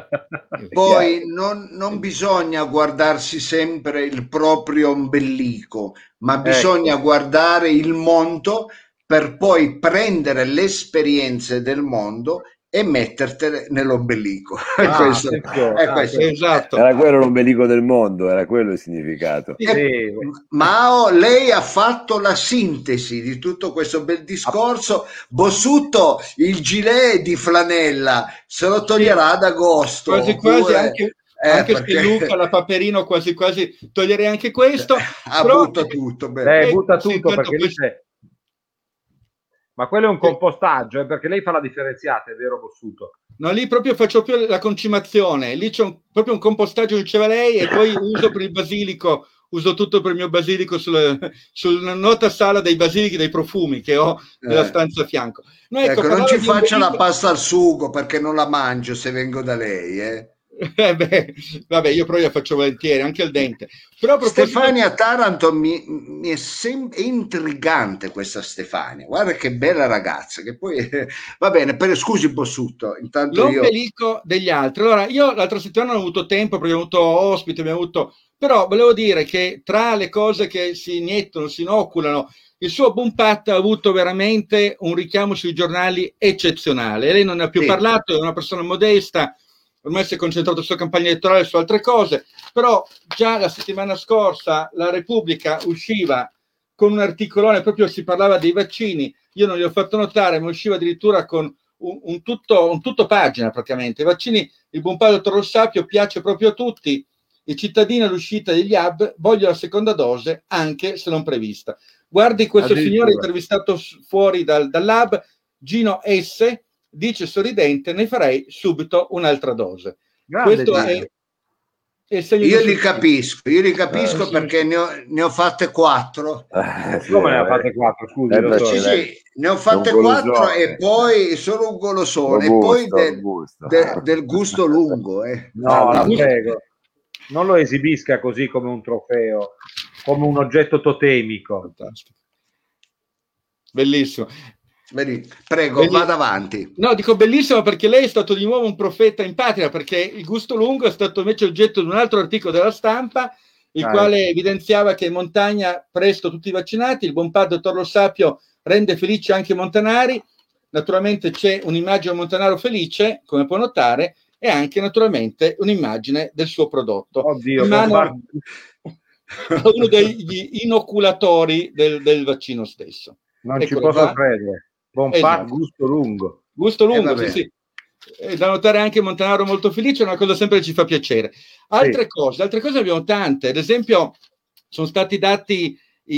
Poi non bisogna guardarsi sempre il proprio ombelico, ma bisogna guardare il mondo per poi prendere le esperienze del mondo e mettertele nell'ombelico. Questo. Esatto. Era quello l'ombelico del mondo, era quello il significato. Mao, lei ha fatto la sintesi di tutto questo bel discorso. Bossuto il gilet di flanella se lo toglierà ad agosto. Quasi anche se Luca la Paperino quasi toglierei anche questo. Butta tutto. Butta tutto perché dice... Ma quello è un compostaggio, perché lei fa la differenziata, è vero, Bossuto? No, lì proprio faccio più la concimazione, lì c'è proprio un compostaggio, diceva lei, e poi uso per il basilico, uso tutto per il mio basilico sulla nota sala dei basilichi, dei profumi che ho nella stanza a fianco. No, ecco, non ci faccia la pasta al sugo perché non la mangio se vengo da lei, vabbè, io però la faccio volentieri anche al dente. Però Stefania Taranto mi è sempre intrigante, questa Stefania, guarda che bella ragazza, che poi va bene. Scusi Bossuto, intanto l'ombelico degli altri. Allora, io l'altra settimana non ho avuto tempo perché abbiamo avuto ospiti, però volevo dire che tra le cose che si iniettano, si inoculano, il suo Bumpat ha avuto veramente un richiamo sui giornali eccezionale. Lei non ne ha più parlato, è una persona modesta, ormai si è concentrato sulla campagna elettorale e su altre cose, però già la settimana scorsa la Repubblica usciva con un articolone, proprio si parlava dei vaccini, io non gli ho fatto notare, ma usciva addirittura con un tutto pagina praticamente. I vaccini, il Bumpat dottor Lo Sapio piace proprio a tutti, i cittadini all'uscita degli hub vogliono la seconda dose anche se non prevista. Guardi questo signore intervistato fuori dall'hub, Gino S., dice sorridente: ne farei subito un'altra dose. Questo è il segno. Io li capisco perché ne ho fatte 4. Come ne ha fatte 4? Scusi, sì, ne ho fatte 4 e poi solo un golosone e poi del gusto lungo. No, la prego, non lo esibisca così come un trofeo, come un oggetto totemico. Fantastico. Bellissimo. Prego, vada avanti. No, dico bellissimo perché lei è stato di nuovo un profeta in patria, perché il gusto lungo è stato invece oggetto di un altro articolo della Stampa, il quale evidenziava che in montagna presto tutti vaccinati, il Bumpat dottor Lo Sapio rende felici anche i montanari, naturalmente c'è un'immagine di Montanaro felice, come può notare, e anche naturalmente un'immagine del suo prodotto. Oddio, in mano a uno degli inoculatori del vaccino stesso. non ci Eccolo posso qua. credere. Buon Esatto. gusto lungo. Gusto lungo, vabbè. sì. Da notare anche Montanaro molto felice, è una cosa sempre che ci fa piacere. Altre cose abbiamo tante. Ad esempio, sono stati dati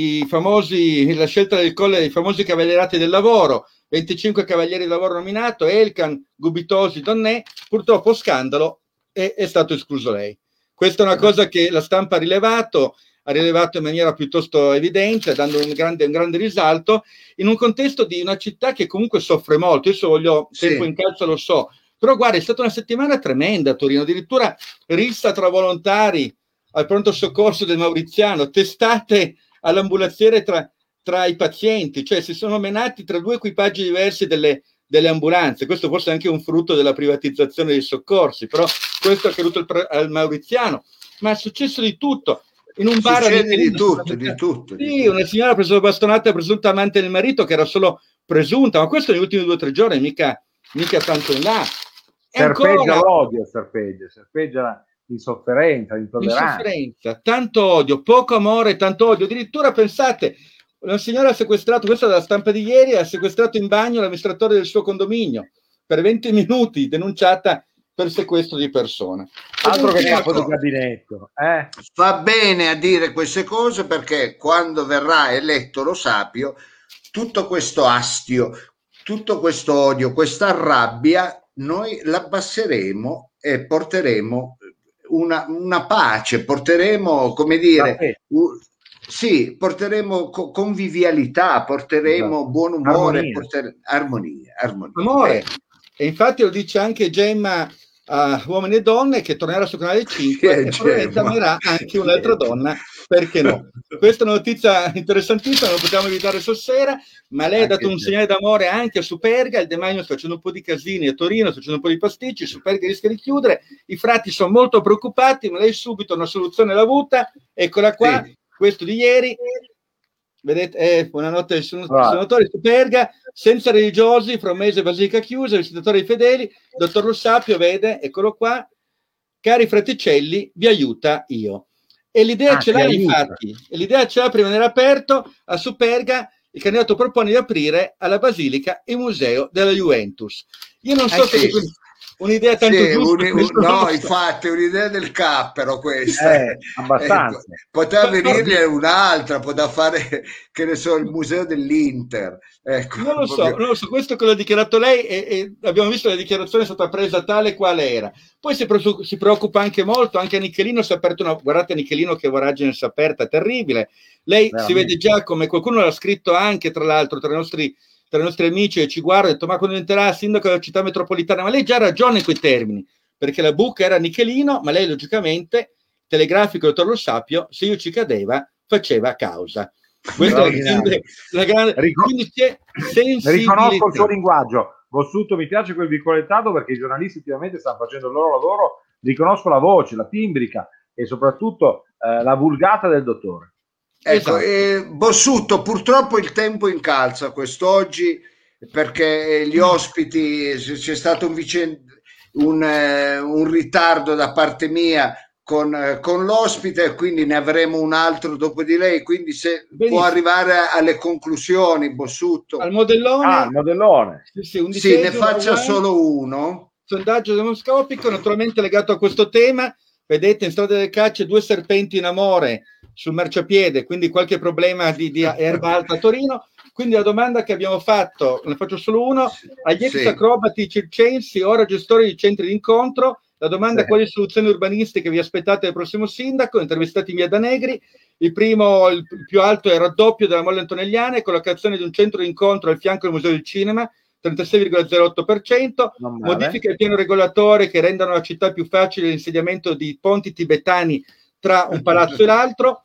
la scelta del Colle dei famosi cavalierati del lavoro, 25 cavalieri del lavoro nominato, Elkan, Gubitosi, Donnet. Purtroppo scandalo, è stato escluso lei. Questa è una cosa che la stampa ha rilevato in maniera piuttosto evidente, dando un grande risalto, in un contesto di una città che comunque soffre molto. Io voglio tempo in calcio, lo so, però guarda, è stata una settimana tremenda a Torino, addirittura rissa tra volontari al pronto soccorso del Mauriziano, testate all'ambulaziere tra i pazienti, cioè si sono menati tra due equipaggi diversi delle ambulanze. Questo forse è anche un frutto della privatizzazione dei soccorsi, però questo è accaduto al Mauriziano. Ma è successo di tutto. In un bar di tutto. Sì, una signora ha preso la bastonata, presunta amante del marito, che era solo presunta, ma questo negli ultimi 2 o 3 giorni, mica tanto in là. Serpeggia l'odio, serpeggia l'insofferenza, l'intolleranza. Tanto odio, poco amore, tanto odio. Addirittura pensate, una signora ha sequestrato, questa è dalla stampa di ieri, ha sequestrato in bagno l'amministratore del suo condominio per 20 minuti, denunciata per sequestro di persona. Altro che capo di gabinetto. Fa bene a dire queste cose, perché quando verrà eletto Lo Sapio, tutto questo astio, tutto questo odio, questa rabbia, noi l'abbasseremo e porteremo una pace, porteremo, come dire, sì, porteremo convivialità, porteremo buon umore, armonia. Amore. E infatti lo dice anche Gemma a Uomini e Donne, che tornerà sul canale 5 e probabilmente amerà anche un'altra donna, perché no? Questa è una notizia interessantissima, non possiamo evitare stasera, ma lei ha dato un segnale d'amore anche a Superga. Il Demanio sta facendo un po' di casini a Torino, sta facendo un po' di pasticci, Superga rischia di chiudere, i frati sono molto preoccupati, ma lei subito una soluzione l'ha avuta. Eccola qua, questo di ieri. Vedete, buonanotte ai senatori, Superga, senza religiosi, fra un mese basilica chiusa, visitatori fedeli, dottor Lo Sapio, vede, eccolo qua, cari fraticelli, vi aiuta io. E l'idea ce l'ha, infatti, l'idea ce l'ha per rimanere aperto. A Superga il candidato propone di aprire alla basilica il museo della Juventus. Io non so se un'idea tanto giusta. No, infatti è un'idea del cappero questa. Abbastanza. Poteva venirne un'altra, poteva fare, che ne so, il museo dell'Inter. Ecco, non lo so, questo che l'ha dichiarato lei, e abbiamo visto la dichiarazione è stata presa tale quale era. Poi si preoccupa anche molto, anche a Nichelino si è aperto guardate Nichelino che voragine si è aperta, terribile. Lei si vede già, come qualcuno l'ha scritto anche, tra l'altro, tra i nostri amici che ci guardano, ha detto: ma quando diventerà sindaco della città metropolitana? Ma lei già ha ragione in quei termini, perché la buca era Nichelino, ma lei logicamente, telegrafico dottor Lo Sapio, se io ci cadeva faceva causa. Questa è la grande, quindi c'è sensibilità. Riconosco il suo linguaggio. Bossuto, mi piace quel virgolettato, perché i giornalisti ultimamente stanno facendo il loro lavoro. Riconosco la voce, la timbrica e soprattutto la vulgata del dottore. Ecco, Bossuto, purtroppo il tempo incalza quest'oggi, perché gli ospiti, c'è stato un ritardo da parte mia con l'ospite, quindi ne avremo un altro dopo di lei, quindi se può arrivare alle conclusioni, Bossuto. Al modellone? Il modellone. Sì, ne faccia solo uno. Sondaggio demoscopico, naturalmente legato a questo tema. Vedete, in Strada del Cacce 2 serpenti in amore sul marciapiede, quindi qualche problema di erba alta a Torino. Quindi la domanda che abbiamo fatto, ne faccio solo uno, agli ex acrobati circensi, ora gestori di centri di incontro, la domanda: quali soluzioni urbanistiche vi aspettate del prossimo sindaco? Intervistati in via da Negri. Il più alto è il raddoppio della Molle Antonelliana e collocazione di un centro di incontro al fianco del Museo del Cinema, 36,08%, modifiche al piano regolatore che rendano la città più facile l'insediamento di ponti tibetani tra un palazzo e l'altro,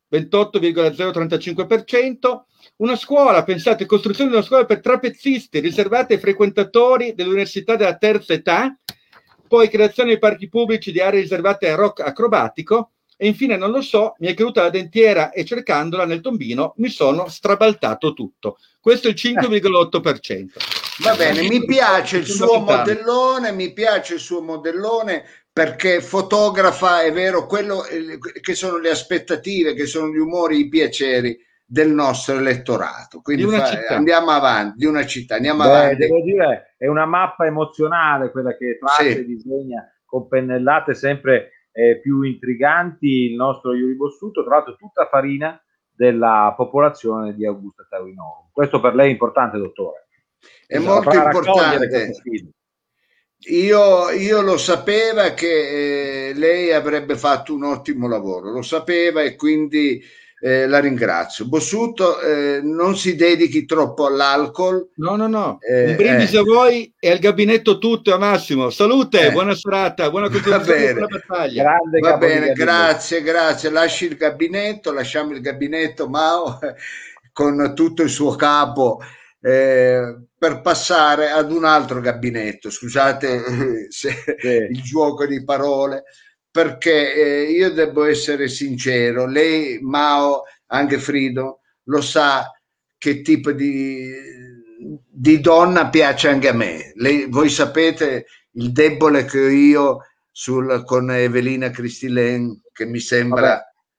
28,035%, una scuola, pensate, costruzione di una scuola per trapezzisti riservata ai frequentatori dell'università della terza età, poi creazione di parchi pubblici di aree riservate al rock acrobatico, e infine, non lo so, mi è caduta la dentiera e cercandola nel tombino mi sono strabaltato tutto. Questo è il 5,8%. Va bene, mi piace il suo fondamentale. modellone perché fotografa, è vero, quello che sono le aspettative, che sono gli umori, i piaceri del nostro elettorato. Di Quindi una città. andiamo avanti, di una città, andiamo Beh, avanti. devo dire, è una mappa emozionale quella che traccia e Sì. disegna con pennellate sempre più intriganti il nostro Iuri Bossuto, tra l'altro tutta farina della popolazione di Augusta Taurinorum. Questo per lei è importante, dottore. È Saprà molto raccogliere questa importante. sfida. Io lo sapeva che lei avrebbe fatto un ottimo lavoro, lo sapeva e quindi la ringrazio. Bossuto, non si dedichi troppo all'alcol. No. Un brindisi a voi e al gabinetto tutto, a Massimo. Salute, buona serata, buona Va contribuzione, bene, buona battaglia. Grande va capo di bene, gabinetto. grazie. Lasciamo il gabinetto, Mao, con tutto il suo capo, per passare ad un altro gabinetto. Scusate il gioco di parole, perché io devo essere sincero, lei, Mao, anche Frido, lo sa che tipo di donna piace anche a me. Voi sapete il debole che ho io con Evelina Cristilen, che mi sembra...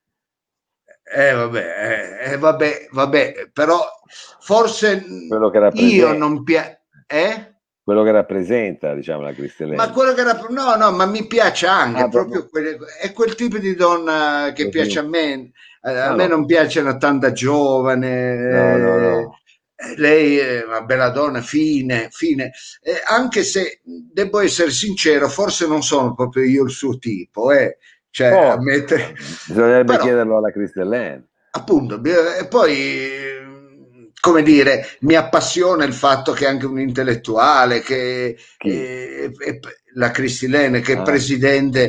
Vabbè, però forse Quello che io rappresenta, non piace... quello che rappresenta, diciamo, la Cristelena. Ma quello che era... No, ma mi piace anche, proprio. è quel tipo di donna che piace a me. A me non piace una tanta giovane. No. Lei è una bella donna, fine. Anche se, devo essere sincero, forse non sono proprio io il suo tipo, cioè, ammettere... Bisognerebbe Però, chiederlo alla Cristelena. appunto, e poi, come dire, mi appassiona il fatto che anche un intellettuale, che la Cristilene, che è presidente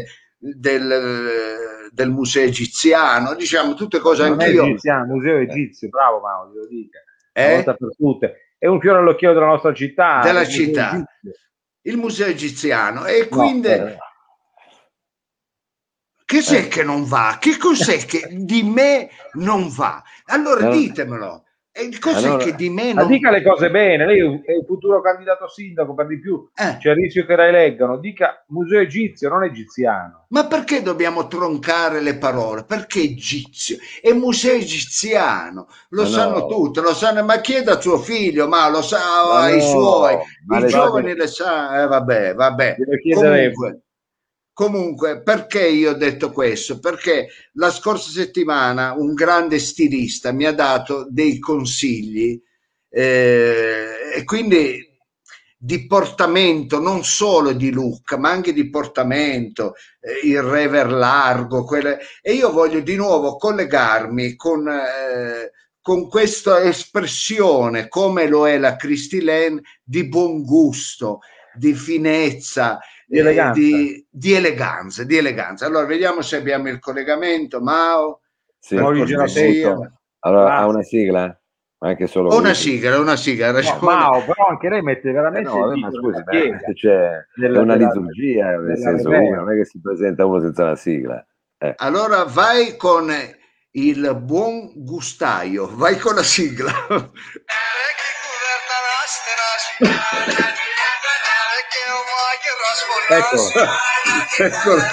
del museo egiziano, diciamo tutte cose. Non è anch'io. egiziano, museo egizio, bravo Mauro, lo dica. Una Eh? volta per tutte. È un fiore all'occhiello della nostra città. Della il museo città. egizio. Il museo egiziano. E quindi... Che c'è che non va? Che cos'è che di me non va? Allora ditemelo. E cos'è che di me Ma non dica va? le cose bene, lei è il futuro candidato a sindaco, per di più c'è il rischio che la eleggano. Dica museo egizio, non egiziano. Ma perché dobbiamo troncare le parole? Perché egizio? È museo egiziano, lo sanno tutti, lo sanno, ma chieda a suo figlio, ma lo sa ai suoi, i giovani le sanno, vabbè. Comunque, perché io ho detto questo? Perché la scorsa settimana un grande stilista mi ha dato dei consigli e quindi di portamento, non solo di look, ma anche di portamento, il rever largo, e io voglio di nuovo collegarmi con questa espressione, come lo è la Cristilene, di buon gusto, di finezza, di eleganza. Allora, vediamo se abbiamo il collegamento, Mao. Sì, per cortesia. Allora, ha una sigla? Anche solo una sigla, no, Mao, però anche lei mette veramente ma scusi, c'è una liturgia, nel senso, non è che si presenta uno senza una sigla. Allora vai con il buon gustaio, vai con la sigla. Eccolo.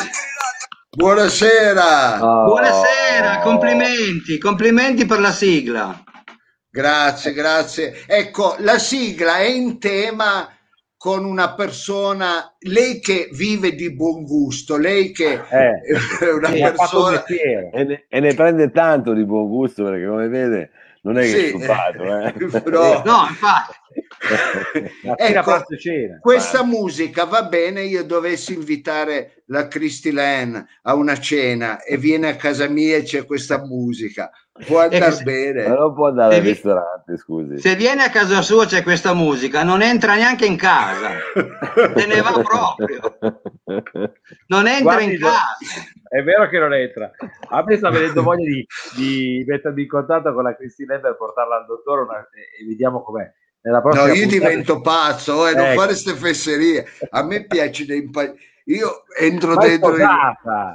Buonasera. Buonasera, complimenti per la sigla. Grazie. Ecco, la sigla è in tema con una persona, lei che vive di buon gusto, lei che è una persona... E ne prende tanto di buon gusto, perché come vede non è che è stupato. No, infatti. Ecco, questa musica va bene, io dovessi invitare la Cristilene a una cena e viene a casa mia e c'è questa musica, può andare bene. Ma non può andare al ristorante, scusi. Se viene a casa sua c'è questa musica, non entra neanche in casa, se ne va proprio, non entra in casa. È vero che non entra. A me sta venendo voglia di mettermi in contatto con la Cristilene per portarla al dottore e vediamo com'è. No, io divento pazzo, non fare queste fesserie. A me piace io entro dentro.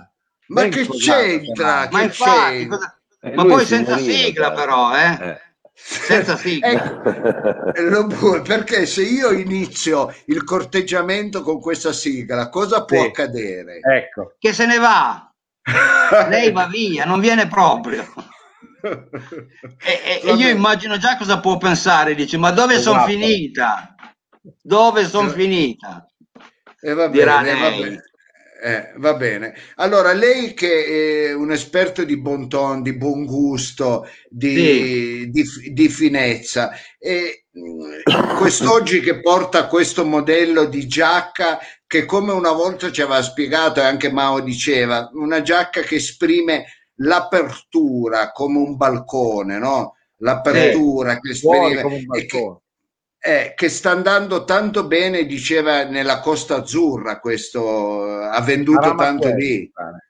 Ma che c'entra? Ma infatti, ma poi senza sigla, però, senza sigla. Perché se io inizio il corteggiamento con questa sigla, cosa può Sì. accadere? Ecco. Che se ne va, lei va via, non viene proprio. E io Vabbè. immagino già cosa può pensare, dice, ma dove sono Esatto. finita? Dove sono finita? Va Dirà bene, va lei. bene. Va bene. Allora, lei che è un esperto di bon ton, di buon gusto, di finezza, e quest'oggi che porta questo modello di giacca che, come una volta ci aveva spiegato e anche Mao diceva, una giacca che esprime l'apertura come un balcone, no? L'apertura che Fuori esprime come un balcone. che sta andando tanto bene, diceva, nella Costa Azzurra, questo ha venduto Sarà tanto Matteo, lì. mi pare.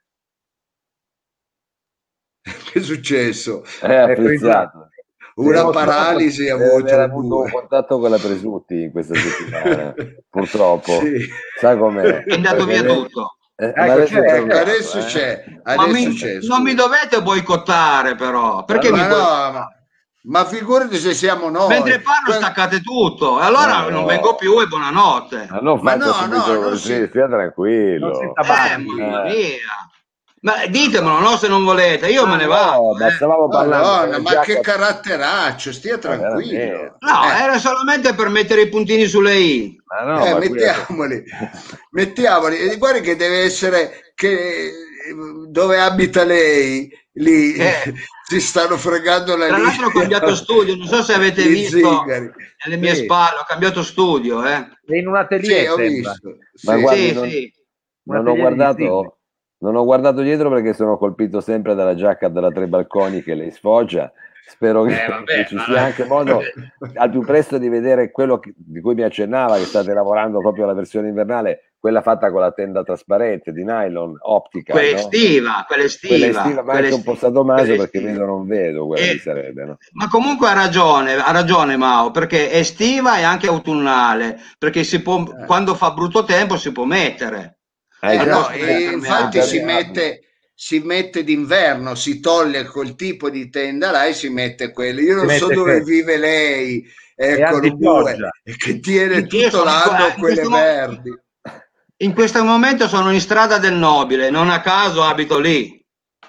Che è successo? È frizzato. Una Devo- paralisi ha Deve aver avuto avuto un due. contatto con la Presutti in questa settimana, purtroppo. Sì. Sa com'è? È andato via tutto. Ma Ecco, adesso c'è, è ecco, tornato, Adesso c'è, Ma adesso c'è. non mi scusa. dovete boicottare però, perché Ma mi no, ma figurati se siamo noi. mentre parlo staccate tutto, e allora No, non no. vengo più e buonanotte. Ma non Ma faccia no, subito no, non così, si- stia tranquillo. Non si tabacchi. Mamma mia. Ma ditemelo, no, se non volete, io me ne vado. ma stavamo parlando Madonna, della ma giacca- che caratteraccio, stia tranquillo. veramente. No, era solamente per mettere i puntini sulle i. Ma no, ma qui- Mettiamoli. E guardi che deve essere che dove abita lei, lì si stanno fregando la Tra linea. l'altro ho cambiato studio, non so se avete Gli visto zingari. alle mie Sì. spalle, ho cambiato studio, È in un atelier, Sì, ho sembra. visto. Ma Sì. guardi, Sì, non- sì. non Un ho atelier di guardato, non ho guardato dietro perché sono colpito sempre dalla giacca della Tre Balconi che lei sfoggia. Spero che, che ci sia anche modo al più presto di vedere quello di cui mi accennava, che state lavorando proprio alla versione invernale, quella fatta con la tenda trasparente di nylon ottica. Quella no? estiva, Quella estiva, ma anche un po' sadomaso quella perché estiva. vedo non vedo quella lì sarebbe, no? Ma comunque ha ragione Mao, perché è estiva e anche autunnale, perché si può, quando fa brutto tempo si può mettere. Già, No, posto e di infatti impermeabile. si mette d'inverno, si toglie quel tipo di tenda là e si mette quello. Io non Si so mette dove quello. vive lei, È ecco, antipioggia. che tiene Io tutto sono l'anno in quelle questo verdi. In questo momento sono in strada del Nobile, non a caso abito lì.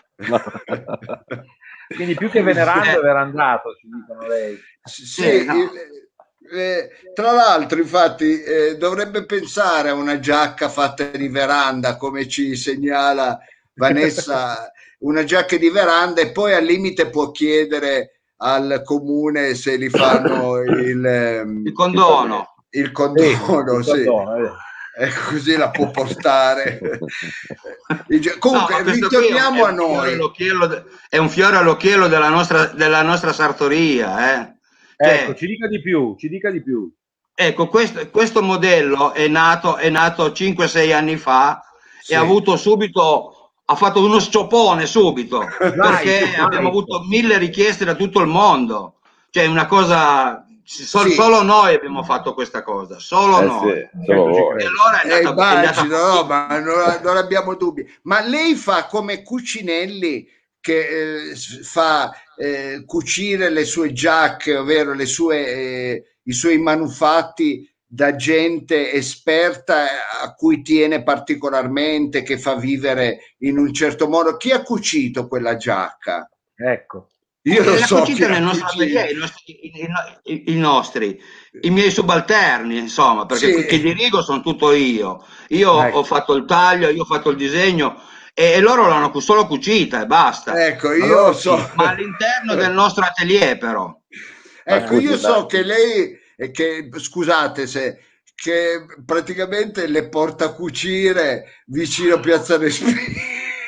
Quindi più che venerando è verandato, ci dicono lei. Sì, no. tra l'altro, infatti, dovrebbe pensare a una giacca fatta di veranda, come ci segnala Vanessa, una giacca di veranda, e poi al limite può chiedere al comune se li fanno Il condono. il condono, il sì. condono, E così la può portare. Comunque, No, ma questo ritorniamo qui a noi. È un fiore all'occhiello della nostra sartoria. Cioè, Ecco, ci dica di più. ecco, questo modello è nato 5-6 anni fa Sì. e ha fatto uno sciopone subito, perché abbiamo avuto 1000 richieste da tutto il mondo. Cioè, una cosa... Solo noi abbiamo fatto questa cosa, solo noi. Sì, solo voi. E allora è andata Immagino, no, ma non abbiamo dubbi. Ma lei fa come Cucinelli, che fa cucire le sue giacche, ovvero i suoi manufatti, da gente esperta a cui tiene particolarmente, che fa vivere in un certo modo. Chi ha cucito quella giacca? Ecco. Io lo la so cucita chi nel ha nostro cucito. atelier, i miei subalterni, insomma, perché Sì. che dirigo sono tutto io. Io Ecco. ho fatto il taglio, io ho fatto il disegno e loro l'hanno solo cucita e basta. Ecco, io Allora, so. Ma all'interno del nostro atelier, però. Ecco, scusi, io so ma- che lei, scusate se, che praticamente le porta a cucire vicino a Piazza Respighi.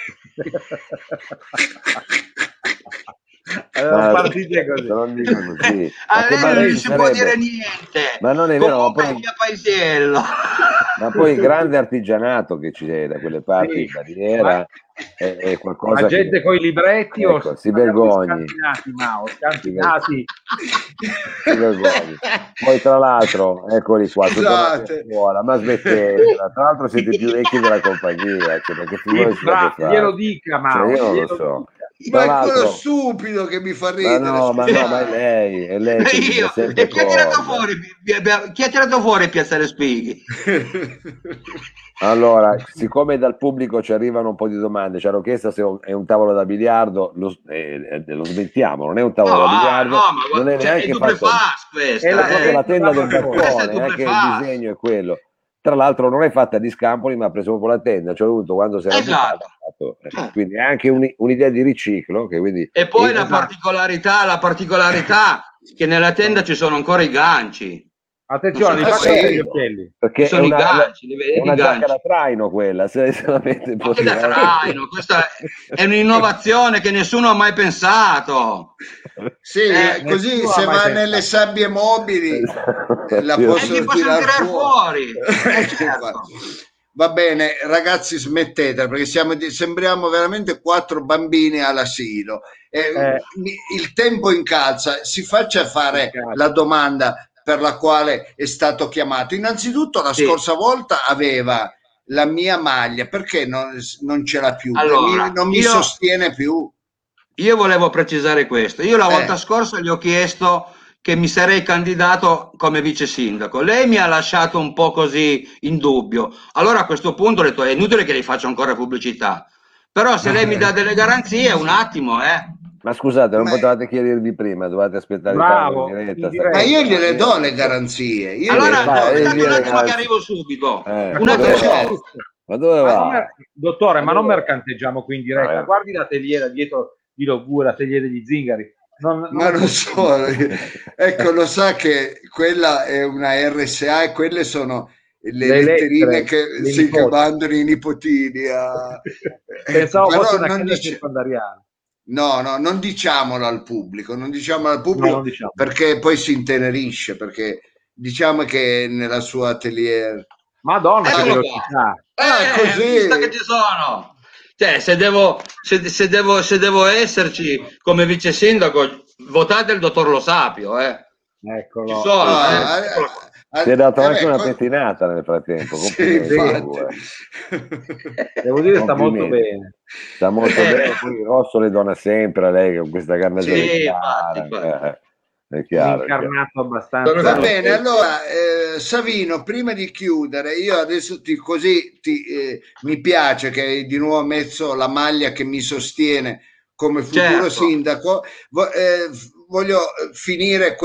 Allora, partite così. Non dico così. A Ma che lei male non ci si può sarebbe? dire niente. Ma non è vero, ma Comunque poi- è via Paisiello. Ma poi il grande artigianato che c'è da quelle parti Sì. in Baviera è qualcosa La gente che... con i libretti o Ecco, si vergogni. scantinati, Mao, scantinati. Si vergogni. Poi tra l'altro, eccoli qua, sono tornati a Scusate. scuola, ma smettetela. Tra l'altro siete più vecchi della compagnia, cioè, perché figurati si può fare. Glielo dica, Mao. Cioè, io non lo glielo so. dica. Ma Tra è quello l'altro, stupido che mi fa ma ridere, no, scusa. è lei che mi dà Io, sempre e chi ha tirato corda. fuori, chi ha tirato fuori Piazzale Spighi? Allora, siccome dal pubblico ci arrivano un po' di domande, ci hanno chiesto se è un tavolo da biliardo, lo smettiamo, non è un tavolo da No, biliardo, ma non è cioè, è neanche duplo fatto, fast È è la questa, proprio la tenda tenda da del balcone. questa è balcone, duplo anche il fast. disegno è quello. Tra l'altro non è fatta di scampoli, ma ha preso proprio la tenda, cioè ho avuto quando si era bucata, Esatto. ha fatto, quindi è anche un'idea di riciclo, che quindi, E poi la Esatto. particolarità che nella tenda ci sono ancora i ganci. Non Attenzione, so mi se Ah faccia voi vedere gli sì? occhielli. ci perché sono i ganci, li è vedi i una giacca da ganci? traino quella, se la mette un Ma po' che di da traino, questa è un'innovazione che nessuno ha mai pensato. Sì, così Nessuno l'ha se mai va nelle pensato. sabbie mobili Esatto, la io E sì. ti possono possono tirar tirare fuori. fuori, Infatti. certo. Va bene, ragazzi, smettetela perché sembriamo veramente quattro bambini all'asilo. Eh, Il tempo incalza, si faccia fare la Cazzo. domanda per la quale è stato chiamato. Innanzitutto, la Sì. scorsa volta aveva la mia maglia, perché non ce l'ha più? Allora, Non mi io sostiene più. Io volevo precisare questo. Io la volta Eh. scorsa gli ho chiesto che mi sarei candidato come vice sindaco. Lei mi ha lasciato un po' così in dubbio. Allora a questo punto ho detto è inutile che gli faccia ancora pubblicità. Però se lei mi dà delle garanzie, un attimo, eh. Ma scusate, non Ma, potevate chiedervi prima, dovete aspettare di farlo in Bravo, diretta in sta ma io cosa. diretta. gliele do le garanzie, io Sì, gliele Allora do le aspettate un dire attimo che garanzie. arrivo subito. Un Ma Dove Ma attimo. va? certo. certo. Ma dove Ma non va? dottore, Ma ma non dove va? mercanteggiamo qui in diretta. Guardi l'atelier dietro di Logur, l'atelier degli zingari. Non Ma è non possibile. so, ecco, lo sa che quella è una RSA e quelle sono le Le letterine lettere, che le si che nipoti. mandano i nipotini ecco, Pensavo fosse però una non chiesa dice, circondariale. no, no, non diciamolo al pubblico, non diciamolo al No, pubblico non diciamo. perché poi si intenerisce, perché diciamo che nella sua atelier. Madonna, che Eccolo qua. velocità. Visto che Così. ci sono. Cioè, se devo esserci come vice sindaco, votate il dottor Lo Sapio, eh. Ci Eccolo. sono, Ah, Eccolo qua. Si è dato anche beh, una pettinata nel frattempo, sì, complimenti Sì, a infatti. due. devo dire sta molto Complimenti. bene. Sta molto bene, poi il rosso le dona sempre a lei con questa carnagione Sì, infatti, chiara. infatti. È Un chiaro, è chiaro. incarnato Sono Va abbastanza. bene, venuti. allora Savino, prima di chiudere, io adesso mi piace che hai di nuovo messo la maglia che mi sostiene come futuro Certo. sindaco. Voglio finire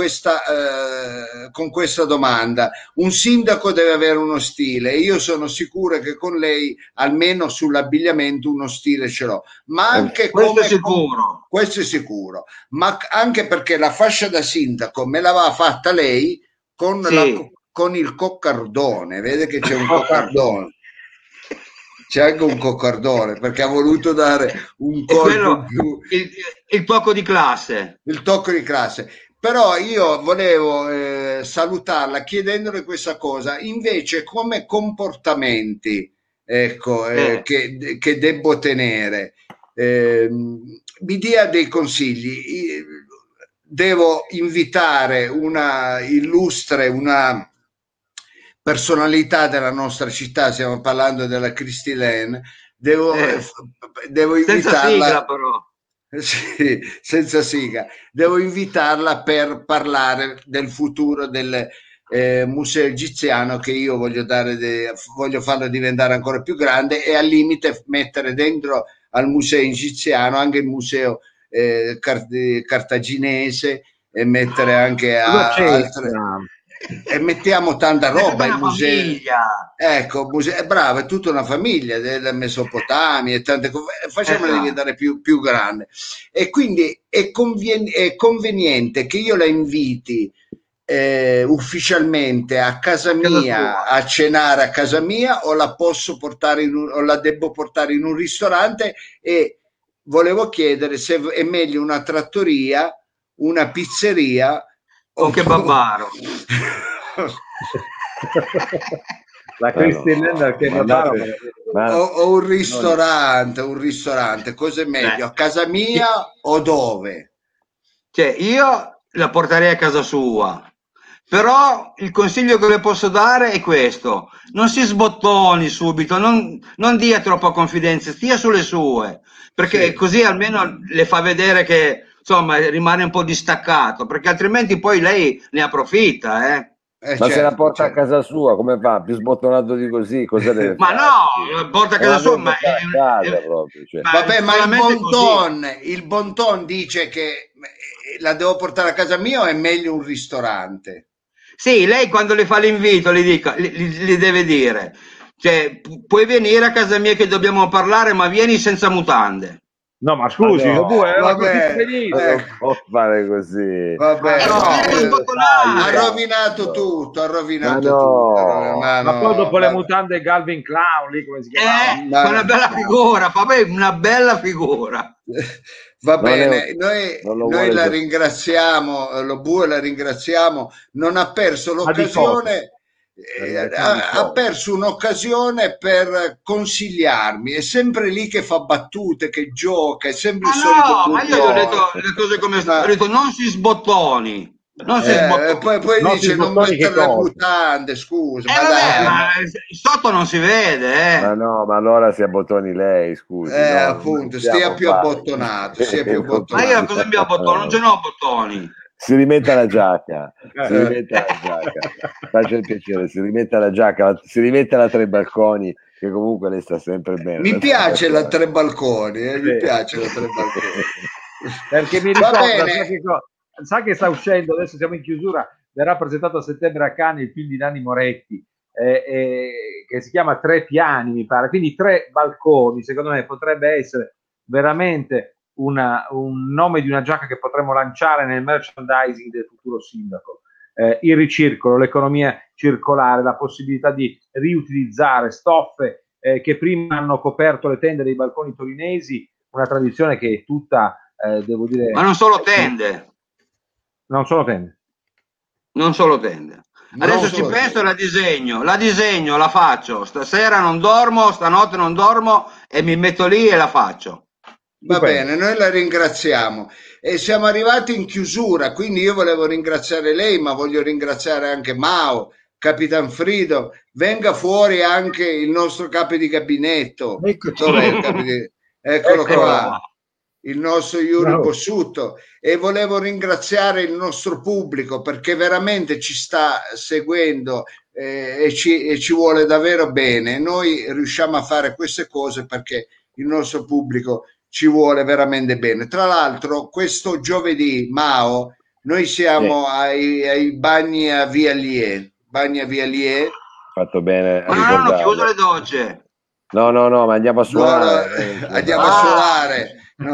con questa domanda. Un sindaco deve avere uno stile. Io sono sicuro che con lei, almeno sull'abbigliamento, uno stile ce l'ho, ma anche Questo è come. sicuro. Questo è sicuro, ma anche perché la fascia da sindaco me l'aveva fatta lei Sì. con il coccardone, vede che c'è un Coccardone. coccardone, c'è anche un coccardone perché ha voluto dare un E colpo in quello, più, il poco di classe. il tocco di classe. Però io volevo salutarla chiedendole questa cosa, invece come comportamenti, ecco, Eh. che devo tenere. Mi dia dei consigli. Devo invitare una illustre, una personalità della nostra città, stiamo parlando della Christy Lane, Eh. devo Senza sigla, invitarla, però. sì, senza siga, devo invitarla per parlare del futuro del museo egiziano che io voglio farlo diventare ancora più grande e al limite mettere dentro al museo egiziano anche il museo cartaginese e mettere anche Cosa altre c'entra? e mettiamo tanta Ma è tutta roba, i una musei. famiglia. Ecco, è bravo, è tutta una famiglia della Mesopotamia e tante cose, facciamola Esatto. diventare più grande. E quindi è conveniente che io la inviti ufficialmente a casa A casa mia sua. a cenare a casa mia o la posso portare o la devo portare in un ristorante e volevo chiedere se è meglio una trattoria, una pizzeria O o, che babbaro. La Ma no, Christine che mandate, ma o un non- ristorante, cosa è Beh, meglio? A casa mia i- o dove? cioè, io la porterei a casa sua. Però il consiglio che le posso dare è questo: non si sbottoni subito, non dia troppa confidenza, stia sulle sue, perché Sì. così almeno le fa vedere che insomma rimane un po' distaccato, perché altrimenti poi lei ne approfitta, eh. Ma se la Certo, porta a certo. casa sua, come fa? Più sbottonato di così, cosa deve Ma fare? no, porta a Non casa la sua, deve portare a casa proprio. Cioè. ma Vabbè, ma solamente così. il bon ton dice che la devo portare a casa mia o è meglio un ristorante? Sì, lei quando le fa l'invito gli deve dire, cioè, puoi venire a casa mia che dobbiamo parlare, ma vieni senza mutande. No, ma Ma scusi, no, l'ha capito Vabbè, ma non benissimo. può fare così. vabbè, Ma Ma vieni pure eh, le taglie, ha sbottonare. rovinato tutto, ha ma rovinato tutto. no. Ma Ma poi no, dopo le mutande Calvin Klein, lì come si chiamava? ma Fa una no. bella figura, fa beh, una bella figura. Va Non, è, bene, non lo noi vuole la esagerare. ringraziamo, lo Bue la ringraziamo, non ha perso Ma di cosa? l'occasione, La ringraziamo di ha cosa? perso un'occasione per consigliarmi, è sempre lì che fa battute, che gioca, è sempre Ma il solito no, ma io gli ho detto burlone. le cose come stanno, ho Ma, detto non si sbottoni, non si sbottoni. poi No, si dice non sbottoni che mettere le cosa? mutande, scusa, ma Vabbè, dai, ma sotto non si vede, Ma no, ma allora si abbottoni lei, scusi, no, non appunto, stia possiamo più fare. abbottonato, stia più Non Ma io abbottonato. cosa mi ho bottoni? Non ce n'ho bottoni. Si rimetta la giacca, si Eh. rimetta la giacca, faccia il piacere, si rimetta la giacca, si rimetta la tre balconi, che comunque lei sta sempre bene. Mi la tre piace la balconi. tre balconi, mi Sì. piace la tre balconi. Perché mi Va ricorda, bene, sa che sta uscendo, adesso siamo in chiusura, verrà presentato a settembre a Cannes il film di Nanni Moretti, che si chiama Tre piani, mi pare, quindi tre balconi, secondo me potrebbe essere veramente un nome di una giacca che potremmo lanciare nel merchandising del futuro sindaco. Il ricircolo, l'economia circolare, la possibilità di riutilizzare stoffe che prima hanno coperto le tende dei balconi torinesi, una tradizione che è tutta, devo dire, Ma non solo tende, non sono tende. non solo tende. non Adesso ci solo penso e te. la disegno, la faccio. Stasera non dormo, stanotte non dormo e mi metto lì e la faccio. Va Stupendo. bene, noi la ringraziamo e siamo arrivati in chiusura, quindi io volevo ringraziare lei, ma voglio ringraziare anche Mao, Capitan Frido, venga fuori anche il nostro capo di gabinetto. Eccoci. Dov'è il capo di... Eccolo Eccolo qua, il nostro Yuri Bravo. Bossutto, e volevo ringraziare il nostro pubblico perché veramente ci sta seguendo e ci vuole davvero bene. Noi riusciamo a fare queste cose perché il nostro pubblico ci vuole veramente bene. Tra l'altro, questo giovedì, Mao, noi siamo ai bagni a Via Lier. Bagni a Via Lier. Fatto bene a Ma non hanno chiuso ricordarlo. le docce. No, no, no, ma andiamo a No, no, suonare. andiamo a suonare.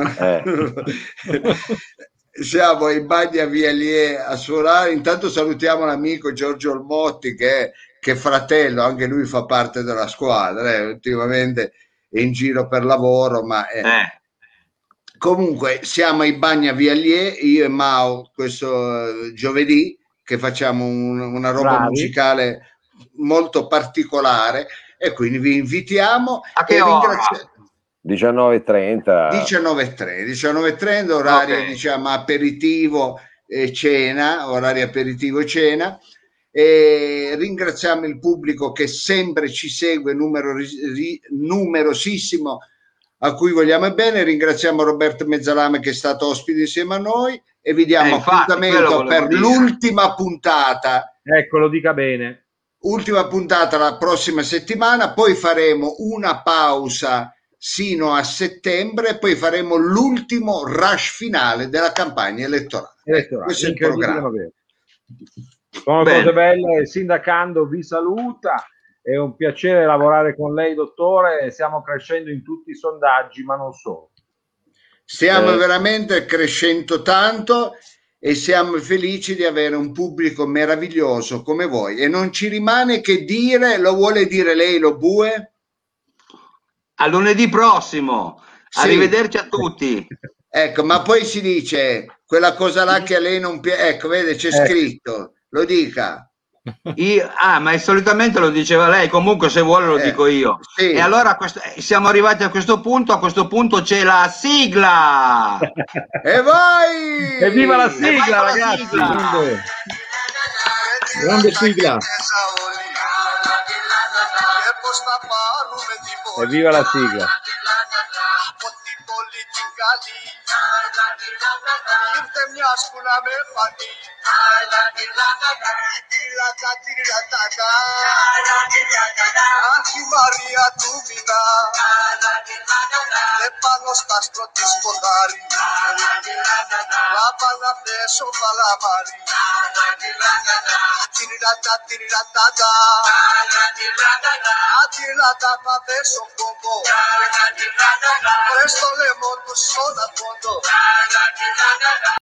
Siamo in bagni a Via Lier a suonare. Intanto salutiamo l'amico Giorgio Olmotti che è fratello, anche lui fa parte della squadra. Ultimamente è in giro per lavoro, ma comunque siamo ai bagni a Via Lier, io e Mao questo giovedì che facciamo una roba Bravi. musicale molto particolare e quindi vi invitiamo A che e ora? ringraziamo 19:30. 19:30 orario Ok. diciamo aperitivo e cena, orario aperitivo e cena. E ringraziamo il pubblico che sempre ci segue, numerosissimo, a cui vogliamo bene. Ringraziamo Roberto Mezzalame che è stato ospite insieme a noi e vi diamo Infatti, quello appuntamento volevo per dire. l'ultima puntata. Ecco, lo dica bene. Ultima puntata la prossima settimana, poi faremo una pausa sino a settembre e poi faremo l'ultimo rush finale della campagna elettorale. Questo è il Incredibile, programma. ma vero. Sono Bene. cose belle. Il sindacando vi saluta. È un piacere lavorare con lei, dottore. Stiamo crescendo in tutti i sondaggi, ma non solo. Stiamo veramente crescendo tanto e siamo felici di avere un pubblico meraviglioso come voi. E non ci rimane che dire, lo vuole dire lei, lo Bue? A lunedì prossimo. Sì. Arrivederci a tutti. Ecco, ma poi si dice quella cosa là che a lei non piace. Ecco, vede, c'è scritto, lo dica. Ma solitamente lo diceva lei, comunque se vuole lo dico io. Sì. E allora siamo arrivati a questo punto c'è la sigla! E vai! Evviva la E vai sigla, con la ragazzi! sigla! Grande sigla. Evviva la sigla! φανεί. Ήρθε μια σκούλα με φανεί. Αχ, η Μαρία του μηνά, επάνω στα άστρο της ποδάρι, να πάω να πέσω παλαμάρι. Τυριρατά, τυριρατάτα, ατυριρατά να πέσω κόμπο, βρες το λαιμό του σ' όλα πόντο.